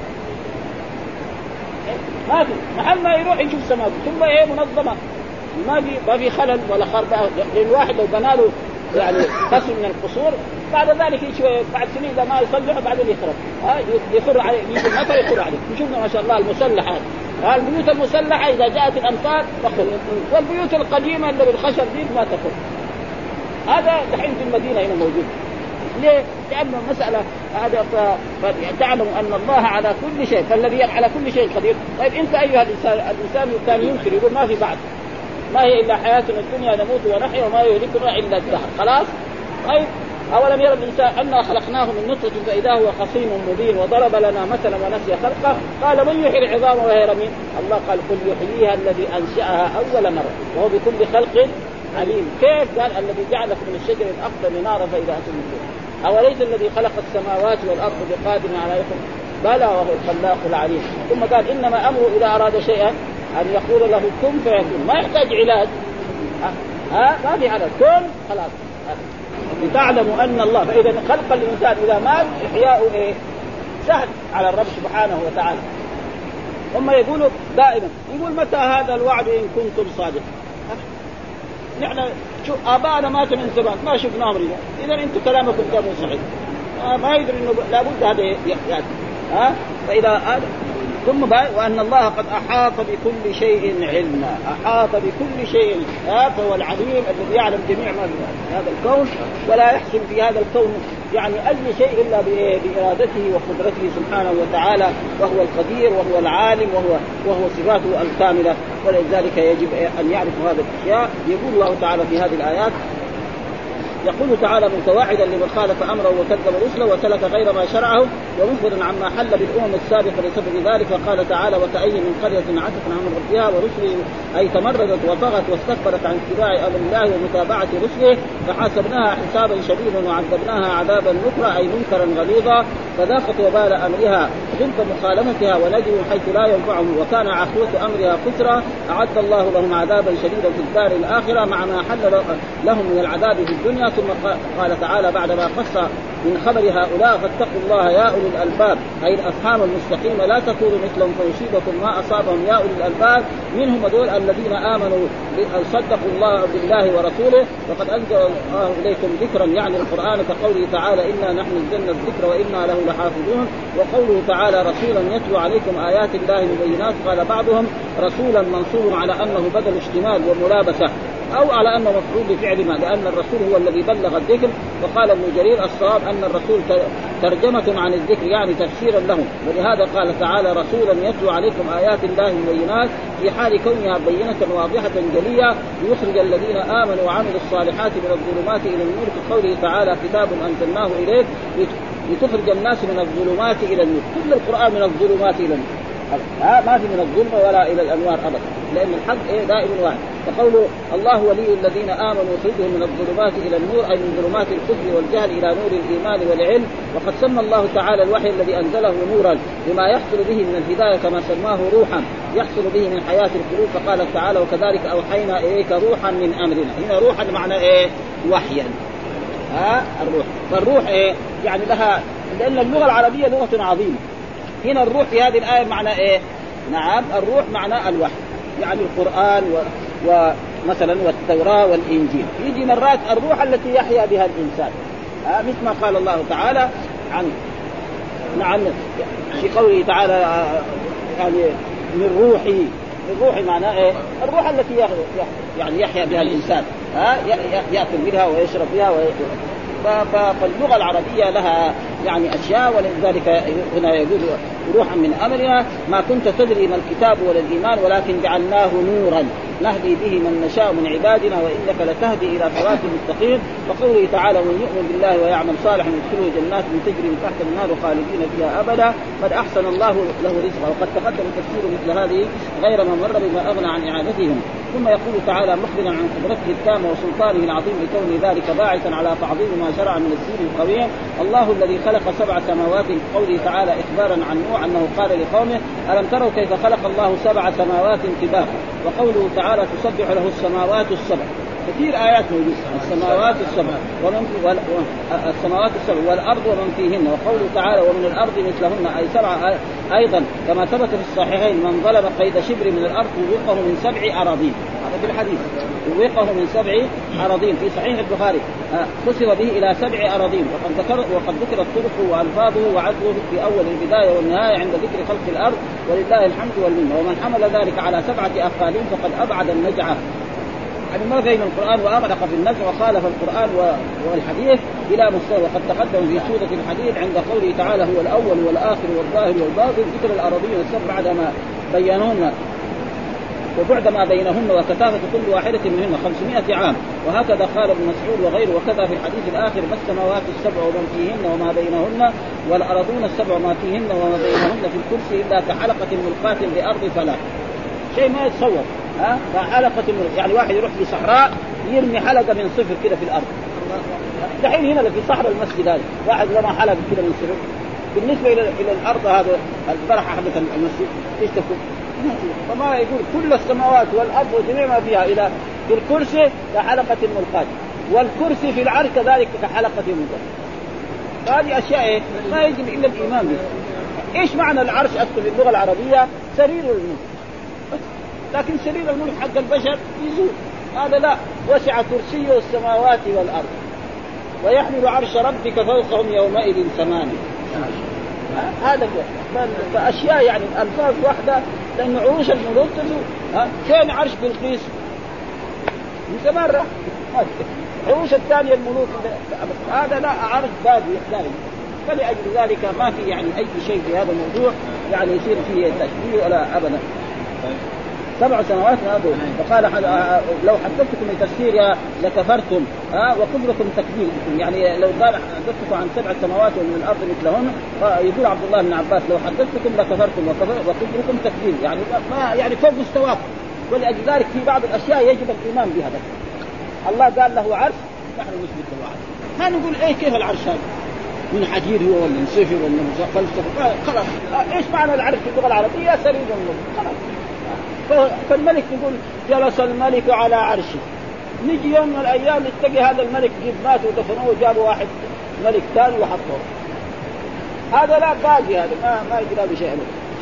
ما في محل ما يروح يشوف سماء ثم إيه منظمة، ما في ما في خلل ولا خرب. الواحد لو بنى له يعني قصر من القصور بعد ذلك يشوي بعد سنين إذا ما يصلح بعدين يخرب، ها يخر عليه يجي المطر يخر عليه. نشوفنا ما شاء الله المسلحة، ها البيوت المسلحة إذا جاءت الأمطار تخر، والبيوت القديمة اللي بالخشب دي ما تخر. هذا دحين في المدينة هنا موجود. ليه؟ لأن المسألة هذا تعلم أن الله على كل شيء، فالذي على كل شيء قدير. طيب أنت أيها الإنسان، الإنسان كان ينكر يقول ما في بعد، ما هي إلا حياتنا الدنيا نموت ونحيا وما يهلكنا إلا الدهر، خلاص. طيب أولم يرى الإنسان أنا خلقناه من نطفة فإذا هو خصيم مبين وضرب لنا مثلا ونسي خلقه قال من يحيي العظام وهي رميم؟ الله قال قل يحييها الذي أنشأها أول مرة وهو بكل خلق عليم. كيف؟ قال الذي جعلك من الشجر الأخضر نارا فإذا أنتم منكم. أوليس الذي خلق السماوات والأرض بقادر على يخلق؟ بلى وهو الخلاق العليم. ثم قال إنما أمره إذا أراد شيئا أن يقول له كن فيكون، ما يحتاج علاج، ها ما في علاج، كن خلاص. لتعلموا أن الله، فإذا خلق الإنسان إذا مات إحياؤه إيه؟ سهل على الرب سبحانه وتعالى. هم يقولوا دائما يقول متى هذا الوعد إن كنتم صادقين؟ نحن شو آباءنا ماتوا من زمان ما شفناهم رجال، إذا أنتم كلامكم كان صحيح، ما يدري إنه لابد هذا يعني ها. فإذا هذا ثم وأن الله قد أحاط بكل شيء علما، أحاط بكل شيء، فهو العليم الذي يعلم جميع ما في هذا الكون، ولا يحصل في هذا الكون يعني أي شيء إلا بإرادته وقدرته سبحانه وتعالى، وهو القدير وهو العالم وهو وهو صفاته الكاملة. ولذلك يجب أن يعرف هذه الأشياء. يقول الله تعالى في هذه الآيات، يقول تعالى متواعدا لمن خالف امره وكذب رسله وسلك غير ما شرعه ومخبرا عما حل بالامم السابقه لسبب ذلك. قال تعالى وكأي من قريه عتت عن ربها ورسله اي تمردت وطغت واستكبرت عن اتباع امر الله ومتابعه رسله فحاسبناها حسابا شديدا وعذبناها عذابا نكرا اي منكرا غليظا فذاقت وبال امرها ضد مخالفتها وندموا حيث لا ينفعهم وكان عقوبه امرها خسرا. اعد الله لهم عذابا شديدا في الدار الاخره مع ما حل لهم من العذاب في الدنيا. ثم قال تعالى بعدما قص من خبر هؤلاء فاتقوا الله يا أولي الألباب أي الأفهام المستقيمة لا تكونوا مثلهم فيصيبكم ما أصابهم يا أولي الألباب منهم دول الذين آمنوا صدقوا الله بالله ورسوله وقد أنزل الله إليكم ذكرا يعني القرآن كقوله تعالى إنا نحن نزلنا الذكر وإنا له لحافظون. وقوله تعالى رسولا يتلو عليكم آيات الله مبينات قال بعضهم رسولا منصوب على أنه بدل اشتمال وملابسة أو على أنه مفعول بفعل ما لأن الرسول هو الذي بلغ الذكر. وقال ابن جرير الصواب أن الرسول ترجمة عن الذكر يعني تفسيرا لهم. ولهذا قال تعالى رسولا يتلو عليكم آيات الله مبينات في حال كونها بينة واضحة جلية ليخرج الذين آمنوا وعملوا الصالحات من الظلمات إلى النور في قوله تعالى كتاب أنزلناه إليك لتخرج الناس من الظلمات إلى النور. كل القرآن من الظلمات إلى النور، ها ما في من الظلم ولا إلى الأنوار أبدا، لأن الحق إيه دائم واحد. فقوله الله ولي الذين آمنوا يخرجهم من الظلمات إلى النور أي من ظلمات الكفر والجهل إلى نور الإيمان والعلم. وقد سمى الله تعالى الوحي الذي أنزله نورا لما يحصل به من الهداية كما سماه روحا يحصل به من حياة القلوب. فقال تعالى وكذلك أوحينا إليك روحا من أمرنا. هنا روحا معنى إيه؟ وحيا. ها الروح، فالروح إيه؟ يعني لها، لأن اللغة العربية لغة عظيمة. هنا الروح في هذه الآية معنى إيه؟ نعم الروح معنى الوحي، يعني القرآن و... ومثلا والتوراة والإنجيل. يجي مرات الروح التي يحيا بها الإنسان، آه مثل ما قال الله تعالى عن نعم في قوله تعالى آه يعني من روحي. من روحي معناه إيه؟ الروح التي يعني يحيا بها الإنسان، آه يأكل بها ويشرب بها وي... فاللغة العربية لها يعني أشياء، ولذلك هنا يقول روحا من أمرنا ما كنت تدري ما الكتاب ولا الإيمان ولكن جعلناه نورا نهدي به من نشاء من عبادنا وإنك لتهدي إلى صراط مستقيم. وقوله تعالى ومن يؤمن بالله ويعمل صالحا يدخله جنات من تجري من تحت النار خالدين فيها أبدا قد أحسن الله له رزقه. وقد تقدم تفسير مثل هذه غير ما مر بما أغنى عن إعادتهم. ثم يقول تعالى مخبرا عن قدرته التامة وسلطانه العظيم لكون ذلك باعثا على تعظيم ما شرع من الدين القويم. الله الذي خلق سبع سماوات قوله تعالى إخبارا عن نوح أنه قال لقومه ألم تروا كيف خلق الله سبع سماوات طباقا. وقوله تعالى تسبح له السماوات السبع. كثير آيات موجودة السماوات السبع ومن في وال... السماوات السبع والأرض ومن فيهن. وقوله تعالى ومن الأرض مثلهن أي سبع أيضا كما ثبت في الصحيحين من ظلم قيد شبر من الأرض ووقه من سبع أراضين. هذا في الحديث ووقه من سبع أراضين في صحيح البخاري خسر به إلى سبع أراضين. وقد ذكر وقد ذكرت طرقه وألفاظه وعدله في أول البداية والنهاية عند ذكر خلق الأرض ولله الحمد والمنة. ومن حمل ذلك على سبعة أقاليم فقد أبعد النجعة يعني ما فهم القرآن وأغرق في النزع وخالف القرآن والحديث إلى مستوى. وقد تقدم في سورة الحديد عند قوله تعالى هو الأول والآخر والظاهر والباطن ذكر الأراضين السبع بعدما بينهن وبعد ما بينهن وكثافة كل واحدة منهن خمسمائة عام. وهكذا قال ابن مسعود وغيره. وكذا في الحديث الآخر ما السماوات السبع ومن فيهن وما بينهن والأراضون السبع ما فيهن وما بينهن في الكرسي إلا كحلقة ملقاة بأرض فلاة. شيء ما يتصور. ها حلقة يعني واحد يروح في صحراء يرمي حلقة من صفر كده في الأرض. دحين هنا في صحراء المسجد هذا واحد رمى حلقة كده من صفر. بالنسبة إلى إلى الأرض هذا البرحة حقت المسجد إيش تكون؟ فما يقول كل السماوات والأرض وجميع ما فيها إلى في الكرسي كحلقة ملقاة والكرسي في العرش كذلك كحلقة ملقاة. هذه أشياء إيه؟ ما يجب إلا الإيمان بها. إيش معنى العرش أصل في اللغة العربية؟ سرير الملك. لكن سرير الملك حق البشر يزول هذا لا. وسع كرسيه السماوات والأرض ويحمل عرش ربك فوقهم يومئذ ثمانية. هذا فأشياء يعني ألفاظ واحدة لأن عروش الملوك تزول. كان عرش بلقيس من زمان راح عروش الثانية الملوك هذا لا عرش باقي دائما. فلأجل ذلك ما في يعني أي شيء في هذا الموضوع يعني يصير فيه تشبيه ولا أبدا. سبع سنوات هذا. فقال لو حدثتكم بتفسيرها لكفرتم ها وكفركم تكذيبكم. يعني لو قال حدثتكم عن سبع سماوات ومن الأرض مثلهن يقول عبد الله بن عباس لو حدثتكم لكفرتم وكفركم تكذيب يعني ما يعني فوق مستواكم. ولأجل ذلك في بعض الأشياء يجب الإيمان بها. الله قال له عرش نحن نثبت له عرش. ما نقول إيه كيف العرش هذا من حديد هو ولا من صفر ولا من فلسفة خلاص. إيش معنى العرش في اللغة العربية؟ سرير الملك خلاص. فالملك يقول جلس الملك على عرشه. نجي يوم من الأيام نتقي هذا الملك جيب مات ودفنوه وجابوا واحد ملك ثاني وحطوه. هذا لا باقي هذا ما ما يقدر بشيء.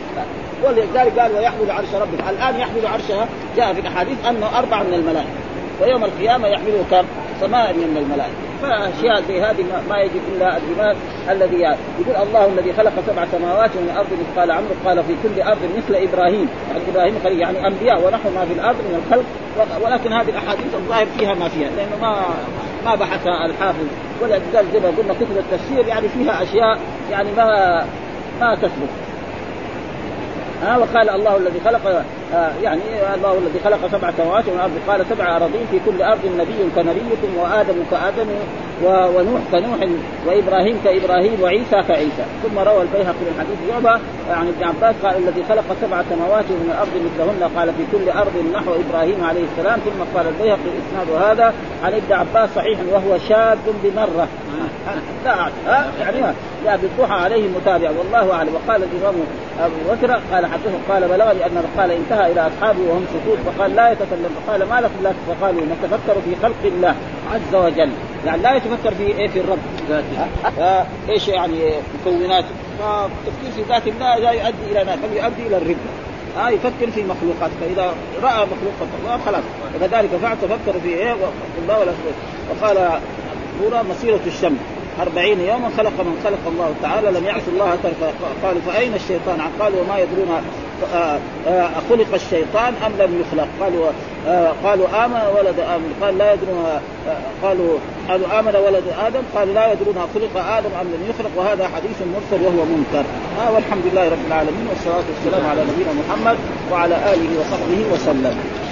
ولذلك قال ويحمل عرش ربك. الآن يحمل عرشها جاء في الأحاديث أنه أربع من الملائكة ويوم القيامة يحمله كم؟ ثمانية من الملائكة. فأشياء زي هذه ما يجب إلا الإيمان الذي يعني. يقول الله الذي خلق سبع سماوات ومن الأرض مثقال عمرو قال في كل أرض مثل إبراهيم. يعني إبراهيم خليل يعني أنبياء ونحن ما في الأرض من الخلق. ولكن هذه الأحاديث الظاهر فيها ما فيها لأنه ما ما بحث الحافظ ولذلك زي ما قلنا كتب التفسير يعني فيها أشياء يعني ما ما تثبت. ها آه وقال الله الذي خلق آه يعني الله الذي خلق سبع سماوات والأرض قال سبع أراضين في كل أرض نبي كنبيكم وآدم كآدم ونوح كنوح وإبراهيم كإبراهيم وعيسى كعيسى. ثم روى البيهقي من حديث يعبى عن ابن عباس قال الذي خلق سبع سماوات ومن الأرض مثلهن قال في كل أرض نحو إبراهيم عليه السلام. ثم قال البيهقي الإسناد هذا عن ابن عباس صحيح وهو شاذ بمرة لا ها يعني لا بالضحى عليه متابع والله أعلم. وقال الإمام أبو بكر قال حدثه قال بلغني أن قال انتهى إلى أصحابه وهم سكوت فقال لا يتكلم فقال ما لكم لا فقالوا نتفكر في خلق الله عز وجل يعني لا يتفكر في إيه في الرب ذاته إيش يعني مكوناته. فالتفكير في ذات الله لا يؤدي إلى نفع بل يؤدي إلى الرب. ها يفكر في مخلوقات فإذا رأى مخلوقات الله خلاص وكذلك فعل تفكر في إيه الله ولا وقال هنا مسيرة الشمس أربعين يوما خلق من خلق الله تعالى لم يعص الله ترك. قالوا فأين الشيطان قالوا وما يدرون خلق الشيطان أم لم يخلق قالوا قالوا آمن ولد آمن قال لا يدرون قالوا قالوا آمن ولد آدم قالوا لا يدرون خلق آدم أم لم يخلق وهذا حديث مرسل وهو منكر. آه والحمد لله رب العالمين والصلاة والسلام على نبينا محمد وعلى آله وصحبه وسلم.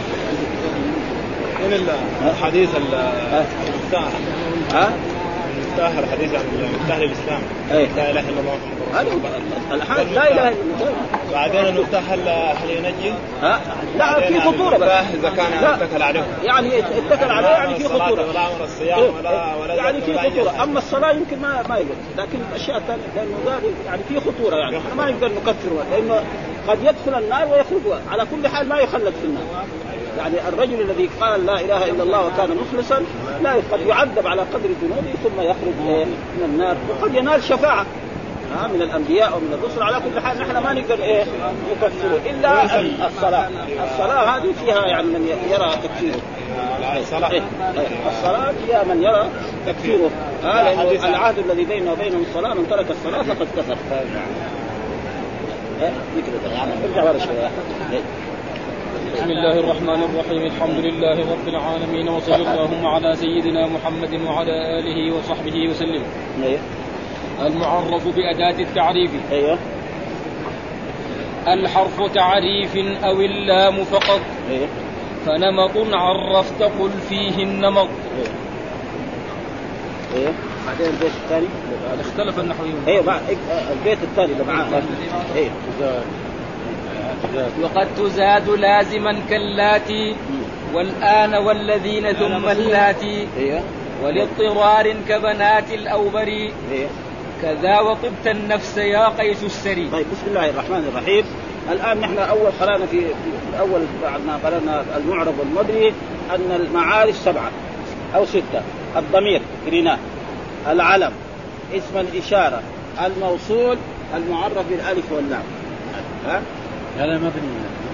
من الحديث المفتاح ها مفتاح الحديث عن مفتاح الإسلام لا إله إلا الله الحمد لا إله إلا الله. بعدين المفتاح هل ينجي؟ ها لا في خطورة بس إذا كان اتكل عليه يعني اتكل عليه يعني في خطورة ولا أمر الصيام ولا ولا يعني في خطورة. أما الصلاة يمكن ما ما يقدر لكن الأشياء الثانية لأنه يعني في خطورة يعني إحنا ما نقدر نكفره لأنه قد يدخل النار ويخرج على كل حال ما يخلد في النار. يعني الرجل الذي قال لا إله إلا الله وكان مخلصا لا قد يعذب على قدر ذنوبه ثم يخرج من النار وقد ينال شفاعة ها من الأنبياء ومن الرسل. على كل حال نحن ما نقدر إيه نكفره إلا الصلاة. الصلاة هذه فيها يعني من يرى تكفيره. الصلاة الصلاة فيها من يرى تكفيره. هذا العهد الذي بيننا وبينهم الصلاة من ترك الصلاة فقد كفر. بسم الله الرحمن الرحيم الحمد لله رب العالمين وصلى اللهم على سيدنا محمد وعلى آله وصحبه وسلم. المعرف بأداة التعريف. أيوه. الحرف تعريف أو اللام فقط. أيوه. فنمط عرفت قل فيه النمط. أيوه. أيوه. بعدين البيت الثاني اختلف النحويون. ايوه بعد البيت الثاني اللي معاه ايوه وقد تزاد لازما كاللاتي والآن والذين ثم اللاتي والاضطرار كبنات الأوبر كذا وطبت النفس يا قيس السري. طيب بسم الله الرحمن الرحيم. الآن نحن أول قرأنا في أول بعد ما قرأنا المعرب والمبني أن المعارف سبعة أو ستة. الضمير قريناه العلم اسم الإشارة الموصول المعرف بالألف واللام. ها هذا مبني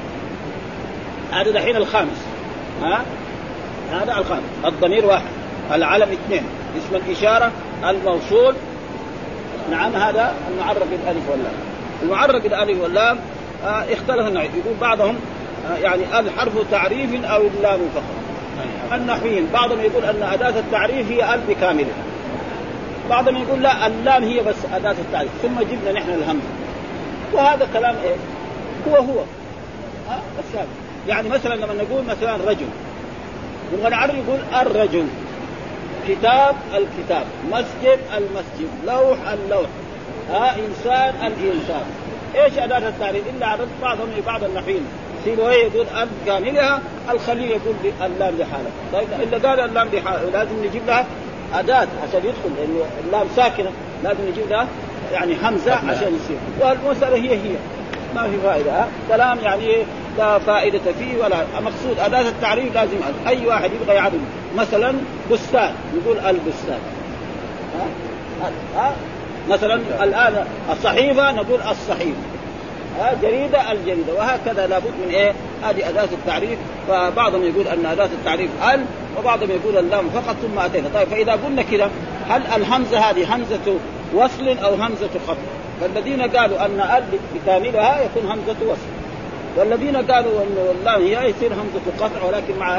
هذا دحين الخامس. ها هذا الخامس. الضمير واحد العلم اثنين اسم الإشارة الموصول نعم هذا المعرف بالألف واللام. المعرف بالألف واللام آه اختلف النوع يقول بعضهم آه يعني الحرف تعريف أو اللام فقط. النحويين بعضهم يقول أن أداة التعريف هي ألف كاملة بعضهم يقول لا اللام هي بس أداة التعريف ثم جبنا نحن الهمزة. وهذا كلام إيه هو هو ها بس هذا يعني مثلا لما نقول مثلا رجل والعربي يقول الرجل كتاب الكتاب مسجد المسجد لوح اللوح ها إنسان الإنسان. إيش أداة التعريف إلا عدد بعضهم بعض النحويين سيبويه يقول ألف كاملها الخليل يقول اللام لحالة. طيب إلا قال اللام لحالة لازم نجيب لها أداة عشان يدخل لأنه اللام ساكنة لازم نجيب لها يعني همزة عشان يصير. والمسألة هي هي ما في فائدة. كلام يعني لا فائدة فيه ولا مقصود. أداة التعريف لازم أي واحد يبغى يعرف مثلا بستان يقول البستان. ها ها مثلا الآن الصحيفة نقول الصحيفة. ها جريدة الجريدة وهكذا لابد من إيه هذه أداة التعريف. فبعضهم يقول أن أداة التعريف ال وبعضهم يقول اللام فقط ثم أتينا. طيب فإذا قلنا كذا هل الهمزة هذه همزة وصل أو همزة خفض؟ فالذين قالوا أن ال بكاملها يكون همزة وصل والذين قالوا أن اللام هي يصير همزة قطع ولكن معها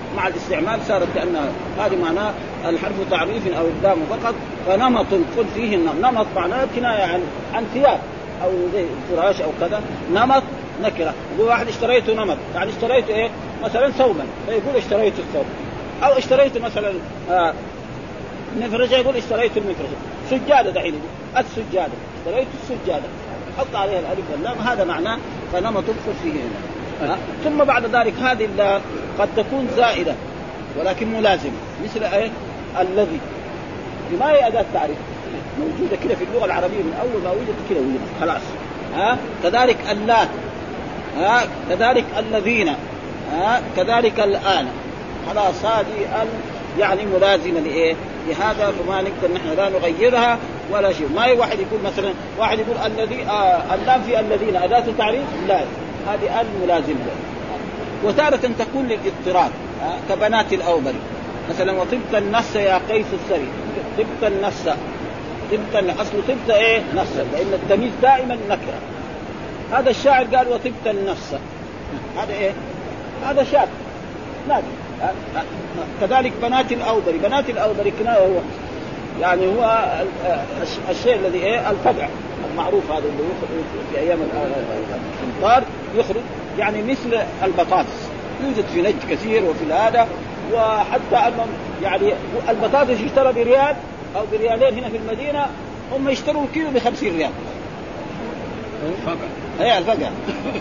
مع الاستعمال صارت كأنها هذه معناه الحرف تعريف أو إقدام فقط. فنمط قل فيه نمط معناه كناية عن عن ثياب أو زي فراش أو كذا. نمط نكرة. يقول واحد اشتريت نمط يعني اشتريت إيه مثلا ثوبا فيقول اشتريت الثوب. أو اشتريت مثلا آه مفرشة يقول اشتريت المفرشة. سجادة دحين السجادة اشتريت السجادة حط عليها الألف واللام هذا معناه فنمط قل فيه هنا. ثم بعد ذلك هذه اللام قد تكون زائدة ولكن ملازمة مثل ايه الذي ما هي أداة تعريف موجودة كده في اللغة العربية من أول ما وجدت كده وجدت خلاص. ها كذلك اللات ها كذلك الذين ها كذلك الآن خلاص هذه يعني ملازمة لإيه لهذا. فما نقدر نحن لا نغيرها ولا شيء. ما واحد يقول مثلا واحد يقول الذي آه اللام في الذين أداة تعريف لا هذه الملازمة. وتارة تكون للاضطراب كبنات الأوبر مثلا وطبت النص يا قيس السري طبت النص طبت أصل طبت إيه نص لأن التمييز دائما نكرة. هذا الشاعر قال وطبت النص هذا إيه هذا شاعر نادي. كذلك بنات الأوبر بنات الأوبر كناية هو يعني هو الشيء الذي إيه الفقع المعروف هذا اللي يخرج في أيام الأمطار يخرج يعني مثل البطاطس يوجد في نجد كثير وفي هذا. وحتى أنهم يعني البطاطس يشترى بريال أو بريالين هنا في المدينة هم يشتروا الكيلو بخمسين ريال فقط. هي الفقع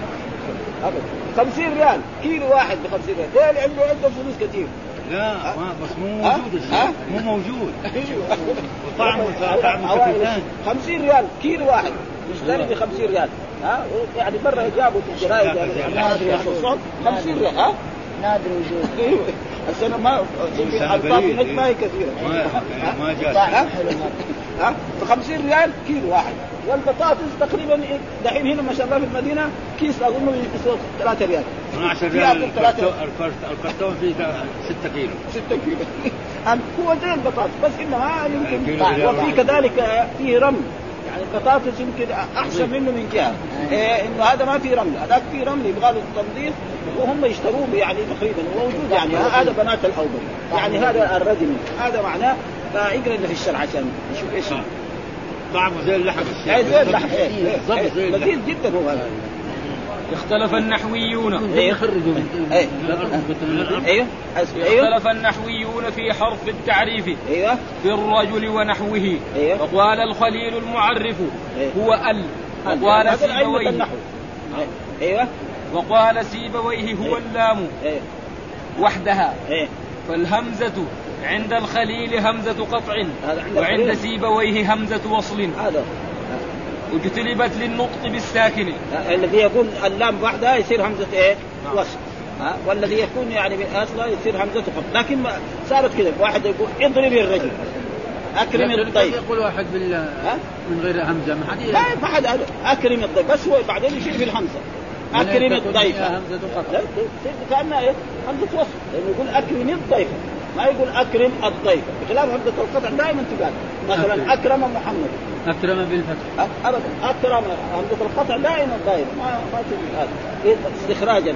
خمسين ريال كيلو واحد بخمسين ريال. ده اللي عنده عنده فلوس كثير. لا ما بس مو موجود الشيء مو موجود. طعم طعم خمسين ريال كيلو واحد يشتري بخمسين ريال. ها يعني برا جابوا في الجرايد يعني خمسين ريال. ها نادر وجود السنة ما الطاف نجم ما هي كثيرة ما جاء ها بخمسين ريال كيلو واحد. والبطاطس تقريبا دحين هنا ما شاء الله في المدينة كيس أظنه يسوى ثلاثة ريال اثناشر ريال. الكرتون فيه ستة كيلو ستة كيلو هو زي البطاطس بس إنما يمكن. وفي كذلك فيه رمل يعني البطاطس يمكن أحسن منه من جهة إيه إنه هذا ما في رمل هذاك في رمل يبغى له التنظيف وهم يشتروه يعني تقريبا موجود يعني هذا بنات الأوبر يعني هذا الردم هذا معناه. فيقرأ اللي في الشرع عشان نشوف إيش طعمه زي اللحم الشيء زي اللحم لذيذ جدا هو هذا. اختلف النحويون ايه ايه ايوه اختلف النحويون في حرف التعريف ايوه في الرجل ونحوه. ايوه وقال الخليل المعرف هو ال. وقال سيبويه ايوه وقال سيبويه هو اللام وحدها. فالهمزة عند الخليل همزة قطع وعند سيبويه همزة وصل هذا وجتلبت للنطق بالساكن. الذي يقول اللام وحدها يصير همزة ايه وصل. ها والذي يكون يعني من اصله يصير همزة قطع. لكن صارت كذا واحد يقول اضرب الرجل اكرم الضيف يقول واحد بال من غير همزة ما حد لا ما حد اكرم الضيف بس هو بعدين يشيل في الهمزة اكرم الضيف كأنها ايه همزة وصل لانه يقول اكرم الضيف ما يقول أكرم الضيف بخلاف همزة القطع دائما تقال مثلا أكرم محمد أكرم بالفتح أبدا أكرم همزة القطع دائما ضايف ما ما تقول هذا استخراجا.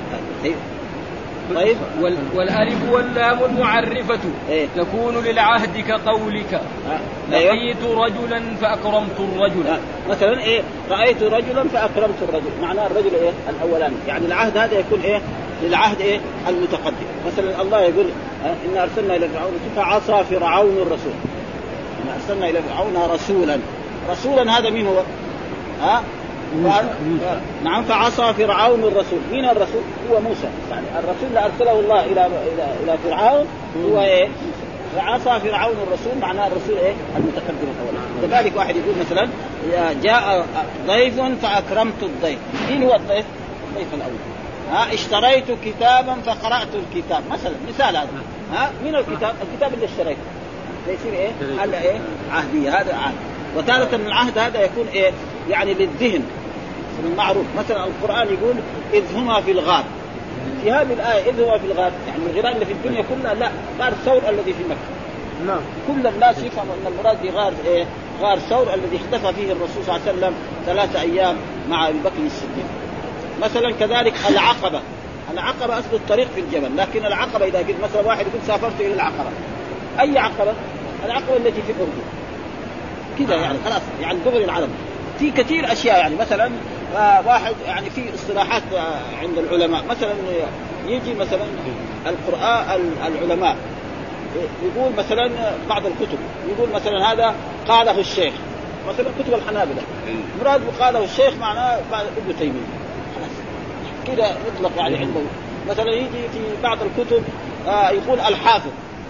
طيب وال والألف واللام المعرفة إيه؟ تكون للعهد كقولك لقيت رجلا فأكرمت الرجل. آه. مثلا إيه رأيت رجلا فأكرمت الرجل معناه الرجل إيه الأولاني يعني العهد هذا يكون إيه للعهد إيه المتقدم. مثلا الله يقول إن أرسلنا إلى فرعون فعصى فرعون الرسول. إن أرسلنا إلى فرعون رسولا رسولا هذا مين هو؟ ها ف... نعم فعصى فرعون الرسول. مين الرسول؟ هو موسى يعني الرسول اللي أرسله الله إلى إلى إلى فرعون هو إيه؟ فعصى فرعون الرسول معناه الرسول إيه المتقدم الأول. كذلك واحد يقول مثلا جاء ضيف فأكرمت الضيف. مين هو الضيف؟ الضيف الأول. ها اشتريت كتابا فقرأت الكتاب مثلا مثال هذا. ها مين الكتاب؟ الكتاب اللي اشتريته يصير ايه هذا ايه عهدية هذا عهد. وتارة العهد هذا يكون ايه يعني للذهن المعروف. مثلا القرآن يقول إذ هما في الغار. في هذه الآية إذ هما في الغار يعني الغراء اللي في الدنيا كلها لا غار ثور الذي في مكة. نعم كل الناس يفهم أن المراد بغار ايه غار ثور الذي اختفى فيه الرسول صلى الله عليه وسلم ثلاثة أيام مع أبي بكر الصديق. مثلا كذلك العقبة العقبة أصل الطريق في الجبل، لكن العقبة إذا قلت مثلا واحد يقول سافرت إلى العقبة، أي عقبة؟ العقبة التي في الأردن كذا يعني خلاص، يعني دغري العرب. في كثير أشياء يعني مثلا آه واحد يعني في اصطلاحات آه عند العلماء، مثلا يجي مثلا القرآن العلماء يقول مثلا بعض الكتب يقول مثلا هذا قاله الشيخ، مثلا كتب الحنابلة مراد قاله الشيخ معناه ابن تيمية كذا مطلق يعني عنده. مثلا يجي في بعض الكتب آه يقول الحافظ،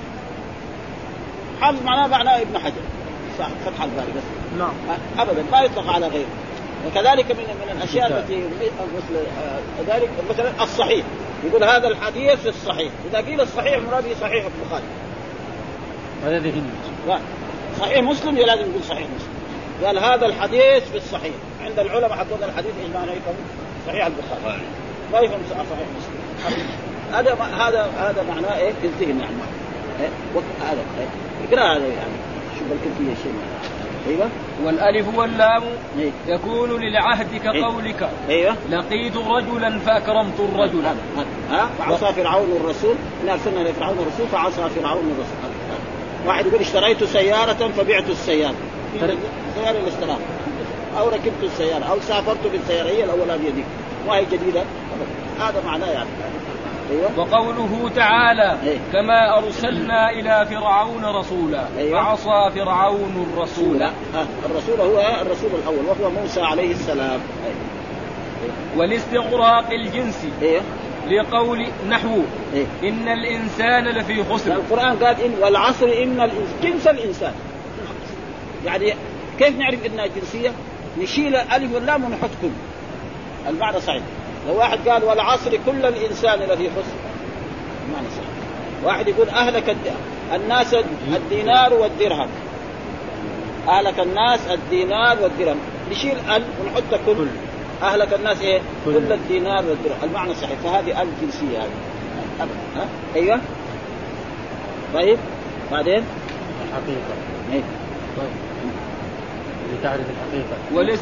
حافظ معناه معناه ابن حجر صح فتح الباري بس نعم آه ابدا ما يطلق على غيره. وكذلك من من الاشياء التي مثل آه ذلك مثلا الصحيح يقول هذا الحديث في الصحيح، اذا قيل الصحيح مراد صحيح البخاري هذا ذهني، صحيح مسلم لازم يقول صحيح مسلم. قال هذا الحديث في الصحيح، عند العلماء حطوا الحديث ايش معناه؟ يفهم صحيح البخاري ما يفهم صحيح مسلم. هذا هذا هذا معناه ايه في الذهن يعني إيه؟ هذا إيه؟ اقرا هذا يعني شوف الكيفيه شيء ايوه. والالف واللام إيه؟ يكون للعهد كقولك ايوه لقيت رجلا فاكرمت الرجل. ها فعصى فرعون الرسول إن أرسلنا لفرعون الرسول فعصى فرعون الرسول. واحد يقول اشتريت سيارة فبعت السيارة، السيارة اللي اشتراها أو ركبت السيارة أو سافرت بالسيارة هي الأولى بيدك وهي جديدة، هذا معناه يعني. أيوة. وقوله تعالى أيوة. كما أرسلنا إلى فرعون رسولا أيوة. فعصى فرعون الرسول. الرسول هو الرسول الأول وهو موسى عليه السلام. أيوة. والاستغراق الجنسي أيوة. لقول نحو إيه؟ إن الإنسان لفي خسر. القرآن قال إن والعصر إن الإنسان جنس الإنسان، يعني كيف نعرف إنها جنسية؟ نشيل ألف واللام ونحط كل، المعنى صحيح. لو واحد قال والعصر كل الإنسان لفي خسر المعنى صحيح. واحد يقول أهلك الناس الدينار والدرهم، أهلك الناس الدينار والدرهم، نشيل ال ونحط كل، أهلك الناس إيه؟ كل, كل الدينار والدرهم، المعنى صحيح. فهذه الجنسية هذه أبدا. ها أيوة. طيب بعدين الحقيقة إيه؟ طيب لتعرف الحقيقة ولس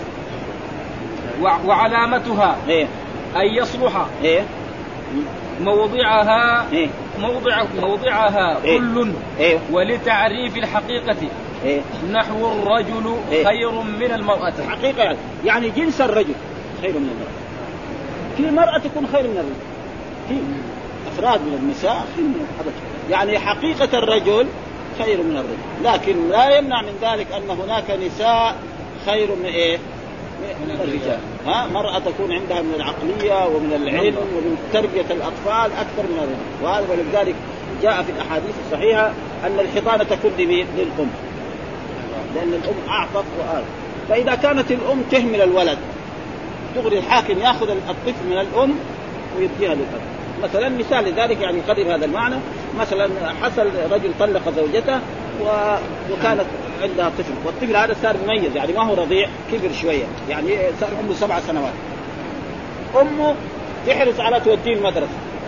وعلامتها إيه؟ أن يصلح إيه؟ موضعها إيه؟ موضع موضعها إيه؟ كل إيه؟ ولتعريف الحقيقة إيه؟ نحو الرجل إيه؟ خير من المرأة. حقيقة يعني, يعني جنس الرجل خير من المرأة، في مرأة تكون خير من الرجل، في أفراد من النساء خير من الرجل، يعني حقيقة الرجل خير من الرجل، لكن لا يمنع من ذلك أن هناك نساء خير من إيه؟ من الرجال. ها مرأة تكون عندها من العقلية ومن العلم ومن تربية الأطفال أكثر من الرجل، وهذا ولذلك جاء في الأحاديث الصحيحة أن الحضانة تكون للأم، لأن الأم أعطت وآل. فإذا كانت الأم تهمل الولد دغري الحاكم يأخذ الطفل من الأم ويديها للأب. مثلا مثال لذلك يعني قريب هذا المعنى، مثلا حصل رجل طلق زوجته و... وكانت عندها طفل، والطفل هذا صار مميز يعني ما هو رضيع، كبر شوية يعني صار عمره سبع سنوات، أمه تحرص على توديه المدرسة،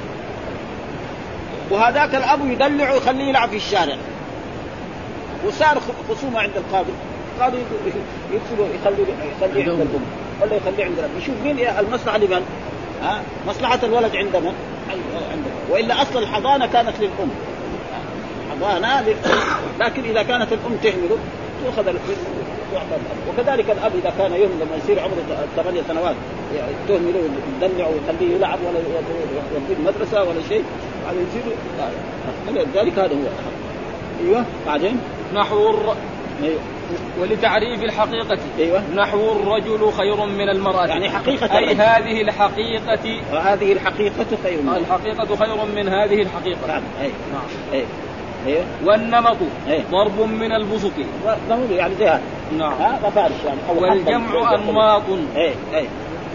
وهذاك الأب يدلعه ويخليه يلعب في الشارع، وصار خصومة عند القاضي، القاضي يقتله يخليه يخليه عند الأم ولا يخليه عند الأب، يشوف مين المصلحة لمن؟ ها مصلحة الولد عندنا عندنا، وإلا أصل الحضانة كانت للأم، حضانة للأم، لكن إذا كانت الأم تهمله تأخذ الأب. وكذلك الأب إذا كان يهمل لما يصير عمره ثمانية سنوات تهمله ويدلعه ويخليه يلعب ولا يوديه المدرسة ولا شيء على يصير ذلك. هذا هو. أيوة بعدين نحو الر... أيوة. ولتعريف الحقيقة أيوة. نحو الرجل خير من المرأة، يعني حقيقة أي هذه الحقيقة وهذه الحقيقة خير من الحقيقة خير من هذه الحقيقة. نعم. أي. نعم. أي. أيوة. والنمط أي. ضرب من البسط يعني زي هذا. نعم. ها مفارش يعني. والجمع أنماط. أي. أي.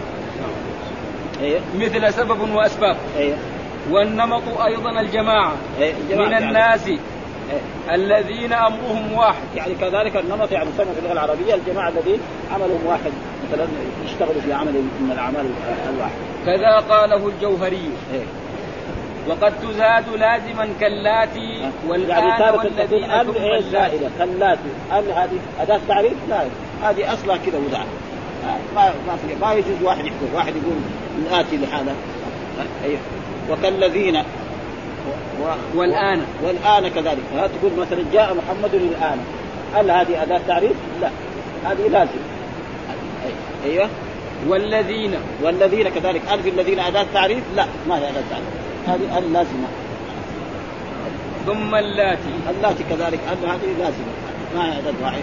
أي. مثل سبب وأسباب. أي. والنمط أيضا الجماعة, أي. الجماعة من يعني. الناس أي. الذين أمرهم واحد, يعني كذلك النمط يعني يسمى في اللغة العربية الجماعة الذين عملهم واحد, مثلا يشتغلوا في عمل من الأعمال الواحد. كذا قاله الجوهري. أي. وقد تزاد لازما كاللاتي والآن يعني والذين ثم الزائدة كاللاتي. هل هذه أداة تعريف؟ لا, هذه أصلا كذا وضع, ما ما في ما يجوز واحد يحضر واحد يقول الآتي لهذا أيوه. وكالذين و... والآن والآن كذلك. ها تقول مثلا جاء محمد الآن، هل هذه أداة تعريف؟ لا، هذه لازم. أيوه. والذين والذين كذلك. ألف الذين أداة تعريف؟ لا، ما هي أداة تعريف، هذه ال لازمة. ثم اللاتي اللاتي كذلك ال هذه لازمة، ما هي أداة تعريف.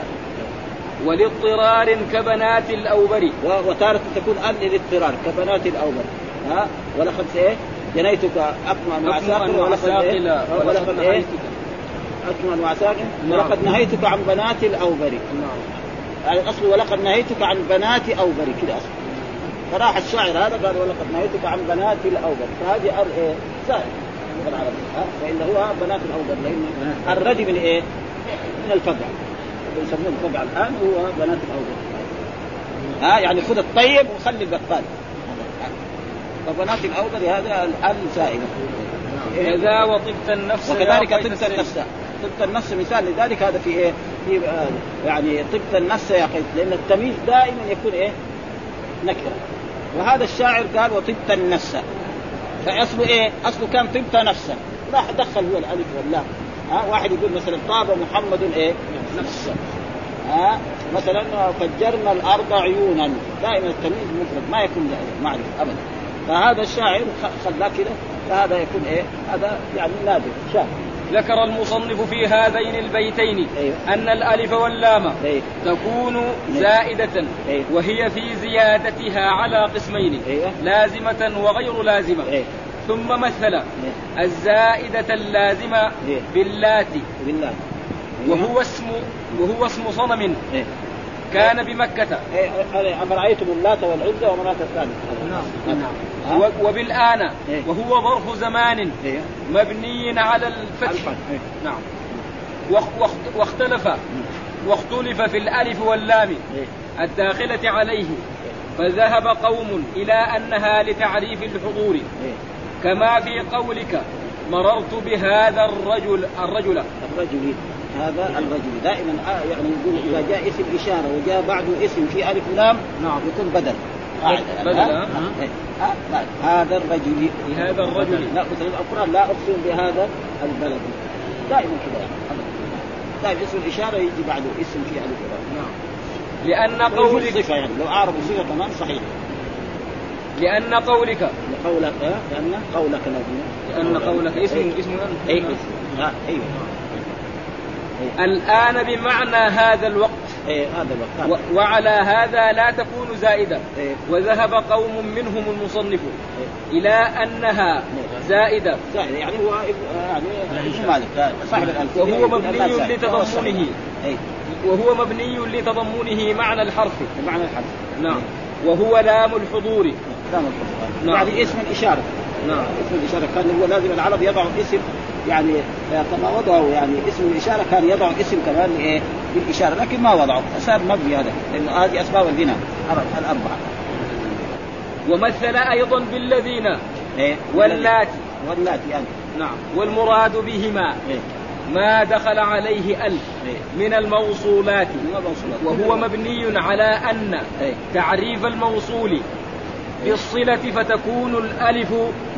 ولاضطرار كبنات الأوبر. وتارة تكون ال للاضطرار كبنات الأوبر. ها ولقد ايه جنيتك أكمل وعساقل ولقد ايه ولقد ايه أكمل وعساقل ولقد نهيتك عن بنات الأوبر. يعني الأصل ولقد نهيتك عن بنات أوبر كده أصل. فراح الشاعر هذا قال ولقد نهيتك عن بنات الأوبر، فهذه ال ايه سائل من العرب. ها فإن هو بنات الأوبر، لأن الردي من ايه من الفقع، يسمونه الفقع الآن هو بنات الأوبر. ها يعني خذ الطيب وخلي البطال. فبنات الأوبر هذا الآن سائغة. إذا وطبت النفس وكذلك طبت النفس. طبت النفس مثال لذلك هذا في إيه في يعني طبت النفس يا قيس، لأن التمييز دائما يكون إيه نكرة. وهذا الشاعر قال وطبت النفس، فأصله إيه أصله كان طبت نفسا، راح دخل هو الألف واللام. ها واحد يقول مثلا طاب محمد إيه نفسا. ها مثلا فجرنا الأرض عيونا، دائما التمييز مفرد ما يكون معرفة أبدا. فهذا الشاعر خلاه كده، فهذا يكون إيه هذا يعني نادر شاعر. ذكر المصنف في هذين البيتين أيوه. أن الألف واللام أيوه. أيوه. تكون زائدة أيوه. وهي في زيادتها على قسمين أيوه. لازمة وغير لازمة. أيوه. ثم مثل أيوه. أيوه. الزائدة اللازمة باللاتي بالله. أيوه. وهو اسم وهو اسم صنم أيوه. كان بمكة. أفرأيتم اللات والعزى ومناة الثالثة. نعم. نعم. وبالآن إيه؟ وهو ظرف زمان إيه؟ مبني على الفتح. إيه؟ نعم. واختلف واختلف في الألف واللام إيه؟ الداخلة عليه، فذهب قوم إلى أنها لتعريف الحضور، إيه؟ كما في قولك مررت بهذا الرجل الرجل الرجل هذا الرجل دائما يعني يقول إذا جاء اسم إشارة وجاء بعده اسم في ألف ولام نعم يكون بدل بدل. ها هذا الرجل هذا الرجل. لا مثلا القرآن لا أقسم بهذا البلد، دائما كذا دائما اسم الإشارة يجي بعده اسم في ألف ولام. نعم. لأن قولك صفة يعني لو أعرف صفة كمان صحيح. لأن قولك لقولك لأن قولك لأن قولك اسم اسم أي اسم. ها أيوه. الآن بمعنى هذا الوقت. إيه هذا الوقت. و... وعلى هذا لا تكون زائدة. إيه؟ وذهب قوم منهم المصنف إيه؟ إلى أنها زائدة. زائدة يعني هو يعني اسم مالك صاحب الألف، وهو مبني لتضمنه إيه؟ وهو مبني لتضمنه معنى الحرف. معنى الحرف. نعم. وهو لام الحضور. لام الحضور. نعم. يعني اسم الإشارة. نعم. اسم الإشارة كان هو لازم العرب يضع اسم يعني كما وضعوا يعني اسم الإشارة كان يضع اسم كمان إيه بالإشارة، لكن ما وضعوا صار مبني هذا، لأن هذه أسباب البناء الأربعة. ومثل أيضا بالذين إيه؟ واللاتي واللاتي يعني. نعم. والمراد بهما إيه؟ ما دخل عليه ألف إيه؟ من الموصولات، وهو مبني على أن إيه؟ تعريف الموصول بالصلة فتكون الألف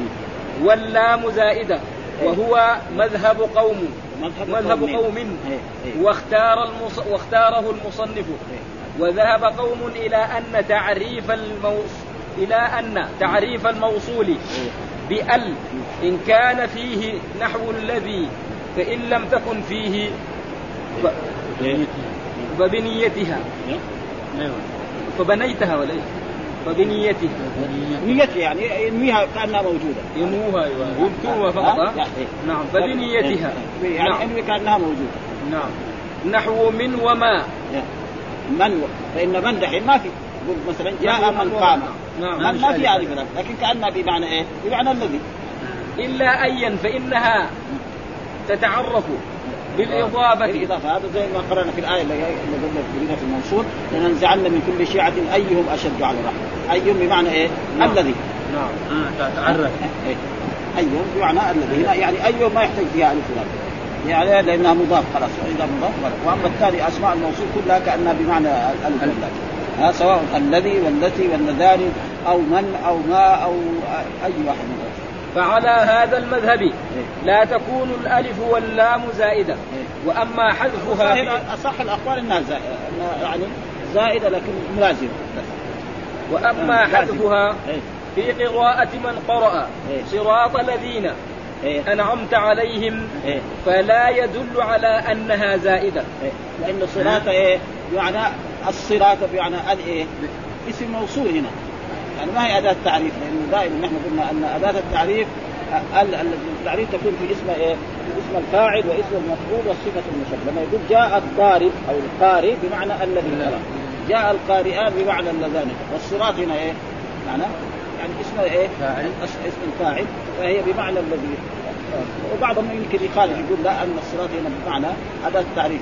واللام زائدة، وهو مذهب قوم مذهب قوم واختار المص... واختاره المصنف. وذهب قوم إلى أن تعريف الموص... إلى أن تعريف الموصول بأل إن كان فيه نحو الذي فإن لم تكن فيه ف... فبنيتها فبنيتها وليس فبنيتها نيتها يعني ينويها كأنها موجودة، ينوها أيوة يمكنها فقط. نعم. فبنيتها يعني ينوي كأنها موجودة. نعم. نحو من وما من و... فإن من دحين ما في مثلا جاء من قام. نعم. من ما في يعني لكن كأنها بمعنى إيه بمعنى الذي إلا أيا فإنها تتعرف بالإضافة. بالإضافة هذا زي ما قرأنا في الآية اللي قلنا في المنصور لننزعن من كل شيعة أيهم أشد على الرحمة. أيهم بمعنى إيه نعم. الذي. نعم. آه تتعرف. إيه؟ أيهم بمعنى الذي هنا يعني أيهم ما يحتاج فيها ألف ولام يعني لأنها مضاف خلاص، إذا مضاف خلاص. وأما الثاني أسماء الموصول كلها كأنها بمعنى الألف واللام، ها سواء الذي والتي واللذان أو من أو ما أو أي واحد من ذلك. فعلى هذا المذهب لا تكون الألف واللام زائدة، وأما حذفها في أصح الأقوال أنها زائدة، يعني زائدة لكن ملازمة. وأما حذفها في قراءة من قرأ صراط الذين أنعمت عليهم فلا يدل على أنها زائدة، لأن الصراط إيه يعني الصراط يعني الإيه اسم موصول هنا، يعني ما هي أداة تعريف، لأنه دائما نحن قلنا أن أداة التعريف التعريف تكون في اسم إيه اسم الفاعل واسم المفعول والصفة المشبهة. لما يقول جاء الضارب أو القارئ بمعنى الذي قرأ، جاء القارئان بمعنى اللذان، والصراط هنا إيه معنى يعني اسم إيه اسم الفاعل وهي بمعنى الذي. وبعضهم يمكن يخالف يقول لا أن الصراط هنا بمعنى أداة التعريف،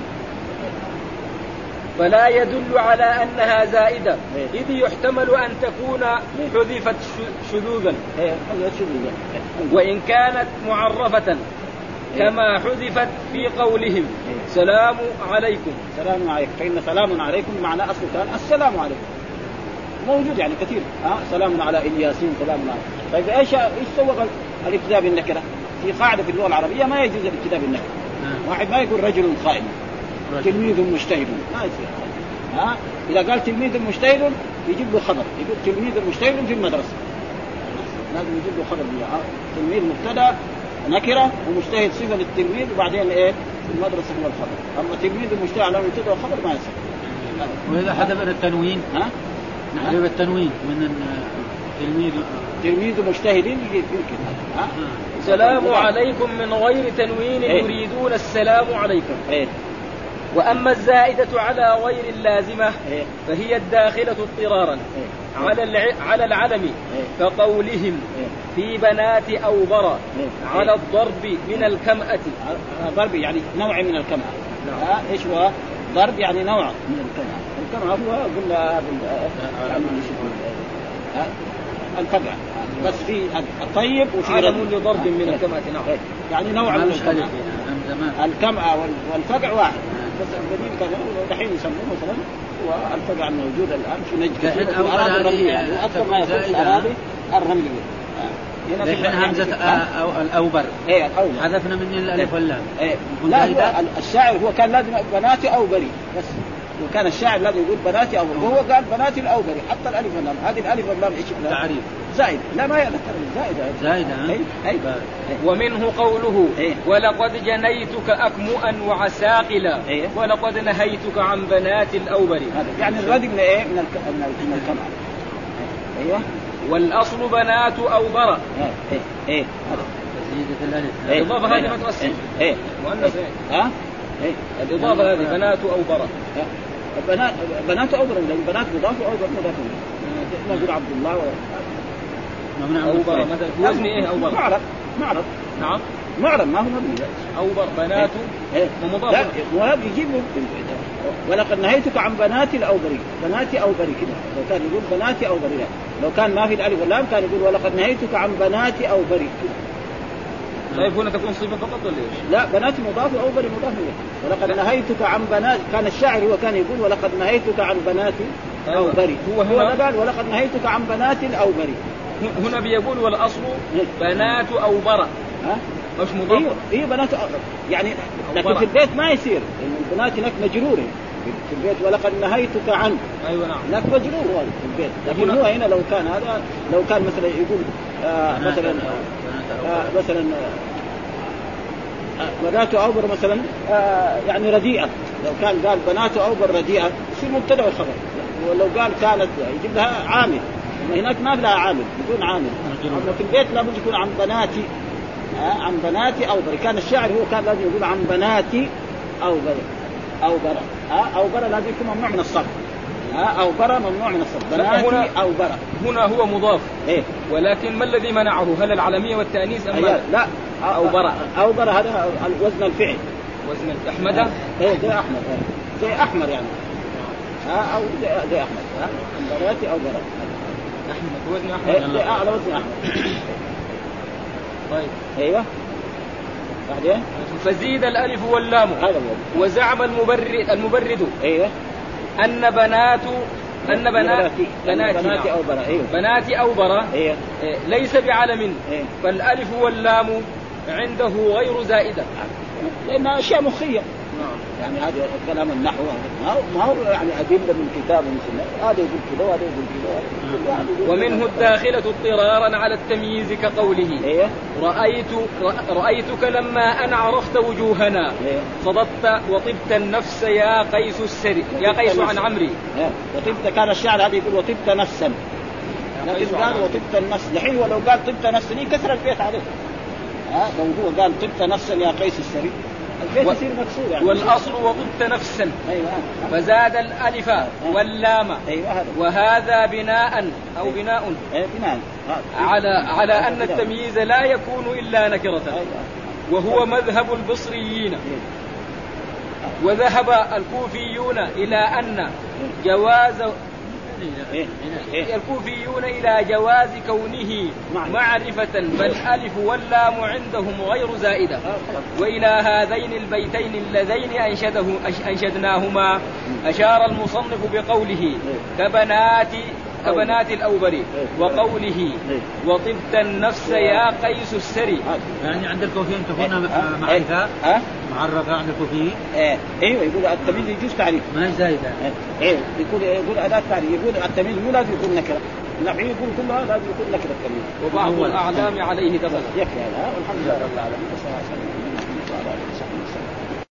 فلا يدل على أنها زائدة إذ يحتمل أن تكون حذفت شذوذا وإن كانت معرفة كما حذفت في قولهم سلام عليكم. سلام عليكم، فإن سلام عليكم معنى أصل كان السلام عليكم موجود يعني كثير. ها سلام على الياسين سلام على. طيب ايش ايش سوى الابتداء بالنكره؟ في قاعده في اللغه العربيه ما يجوز الابتداء بالنكره. واحد ما يقول رجل قائم تلميذ مجتهد، ما يصير. ها اذا قال تلميذ مجتهد يجيب له خبر، يقول تلميذ مجتهد في المدرسه، لازم يجيب له خبر بها. تلميذ مبتدا نكره ومجتهد صفه للتلميذ وبعدين ايه في المدرسه هو الخبر. اما تلميذ مجتهد على مبتدا وخبر ما يصير. واذا حذف التنوين ها حذف التنوين من تلميذ تلميذ مجتهد يمكن ها سلام عليكم من غير تنوين إيه؟ يريدون السلام عليكم. إيه؟ وأما الزائدة على غير اللازمة إيه؟ فهي الداخلة اضطرارا إيه؟ على الع... على العلم إيه؟ كقولهم إيه؟ في بنات أو برا إيه؟ على الضرب من الكمأة. ضرب يعني نوع من الكمأة. نعم. ها إيش هو ضرب؟ يعني نوع من الكمأة. الكمأة هو قلنا الفقع بس في الطيب وفي علم لضرب من الكمأة. نعم. يعني نوع من الكمأة. الكمأة والفقع واحد بس القديم كانوا دحين يسموه مثلا والفقع الموجود الآن في نجد كثير الأراضي الرملية وأكثر ما يكون في الأراضي الرملية. هنا همزة أو الأوبر إيه الأوبر حذفنا من الألف واللام. إيه لا هو الشاعر هو كان لازم بناتي أو بري بس، وكان الشاعر لازم يقول بناتي أو بري وهو قال بناتي الأوبري. حتى الألف واللام هذه الألف واللام إيش تعريف زائد لا ما يذكر زائد زائد أي أي. ومنه قوله إيه؟ ولقد جنيتك أكمؤا وعساقلا إيه؟ ولقد نهيتك عن بنات الأوبر. يعني الردم من إيه من الك... من الكمال. أيوه. والأصل بنات أوبر. إيه إيه هذا زيادة الألف. الإضافة هذه ما تؤثر. إيه مؤنث إيه ها إيه الإضافة هذه بنات أوبر. بنات بنات أوبر لأن بنات مضاف وأوبر مضاف. نقول عبد الله و... أوبر مثلا وزن إيه أوبر؟ معرب معرب. نعم معرب ما هو مبني. أوبر بنات إيه ومضاف. لا وهذا يجيب ولقد نهيتك عن بنات الأوبري. بناتي أوبري كده لو كان يقول بناتي أوبري لا. لو كان ما في الألف واللام كان يقول ولقد نهيتك عن بنات أوبري كده. طيب هنا تكون صفة فقط ولا إيش؟ لا بناتي مضاف وأوبري مضاف إليه. ولقد نهيتك عن بنات كان الشاعر هو كان يقول ولقد نهيتك عن بنات أوبري. هو هنا قال ولقد نهيتك عن بنات الأوبري. هنا بيقول والأصل بنات أوبرة. ها مش مضاف. إيه إيه بنات يعني لكن في البيت ما يصير لأن البنات هناك مجرورة في البيت. ولقد نهيتك عن أيوة نعم هناك مجرور هو في البيت. لكن هو هنا لو كان هذا لو كان مثلا يقول آه مثلا آه مثلا آه بنات أوبر مثلا آه يعني رديئة. لو كان قال بنات أوبر رديئة يصير مبتدأ وخبر. ولو قال كانت يجيب لها عامل. هناك ما لها عامل يكون عامل. أما في البيت لابد يكون عن بناتي آه عن بناتي أوبر. كان الشاعر هو كان لازم يقول عن بناتي أوبر أوبر آه أوبر لازم يكون ممنوع من الصرف. آه أوبر ممنوع من الصرف. بناتي أوبر هنا هو مضاف إيه. ولكن ما الذي منعه؟ هل العلمية والتأنيث أم أيه. لا أوبر أوبر هذا وزن الفعل وزن أحمد إيه زي أحمد زي أحمر يعني ها أو زي, زي أحمد ها بناتي أوبر أحمد وزن أحمد إيه أعلى وزن أحمد. طيب أيوة بعدين فزيد الألف واللام. هذا هو. وزعم المبرد المبرد أيوة أن بنات أن بنات بناتي, بناتي أو برا إيه؟ بناتي أو برا إيه؟ ليس بعلم إيه؟ فالألف واللام عنده غير زائدة لأنها أشياء مخية. يعني هذا الكلام النحو ما هو يعني أدلة من كتاب مثل هذا يقول كذا وهذا يقول كذا. ومنه الداخلة اضطرارا على التمييز كقوله إيه؟ رأيت رأيتك لما أن عرفت وجوهنا إيه؟ صددت وطبت النفس يا قيس السري يا قيس عن عمري. إيه؟ وطبت كان الشعر هذا يقول وطبت نفسا لكن قال وطبت النفس الحين ولو قال طبت نفسا كثر البيت عليه. ها لو هو قال طبت نفسا يا قيس السري البيت يصير مكسور يعني. والأصل وطبت نفسا. أيوة. فزاد الألف واللام. أيوة. وهذا بناء أو بناء أيوة. بناء. على على أن التمييز لا يكون إلا نكرة. أيوة. وهو مذهب البصريين. وذهب الكوفيون إلى أن جواز الكوفيون إلى جواز كونه معرفة بل ألف واللام عندهم غير زائدة. وإلى هذين البيتين اللذين أنشده أنشدناهما أشار المصنف بقوله كبنات كبنات الأوبري وقوله وطبت النفس يا قيس السري. يعني عند الكوفيين كفينا معرفة معرفة عند الكوفيين. ايوه يقول التمييز يجوز تعريف ما زايدة. ايوه يقول يقول أداة تعريف يقول التمييز مو لازم يكون نكرة. النحوي يقول كلها لازم يكون نكرة التمييز. وبعض الأعلام عليه دخل. يكفي هذا والحمد لله رب العالمين.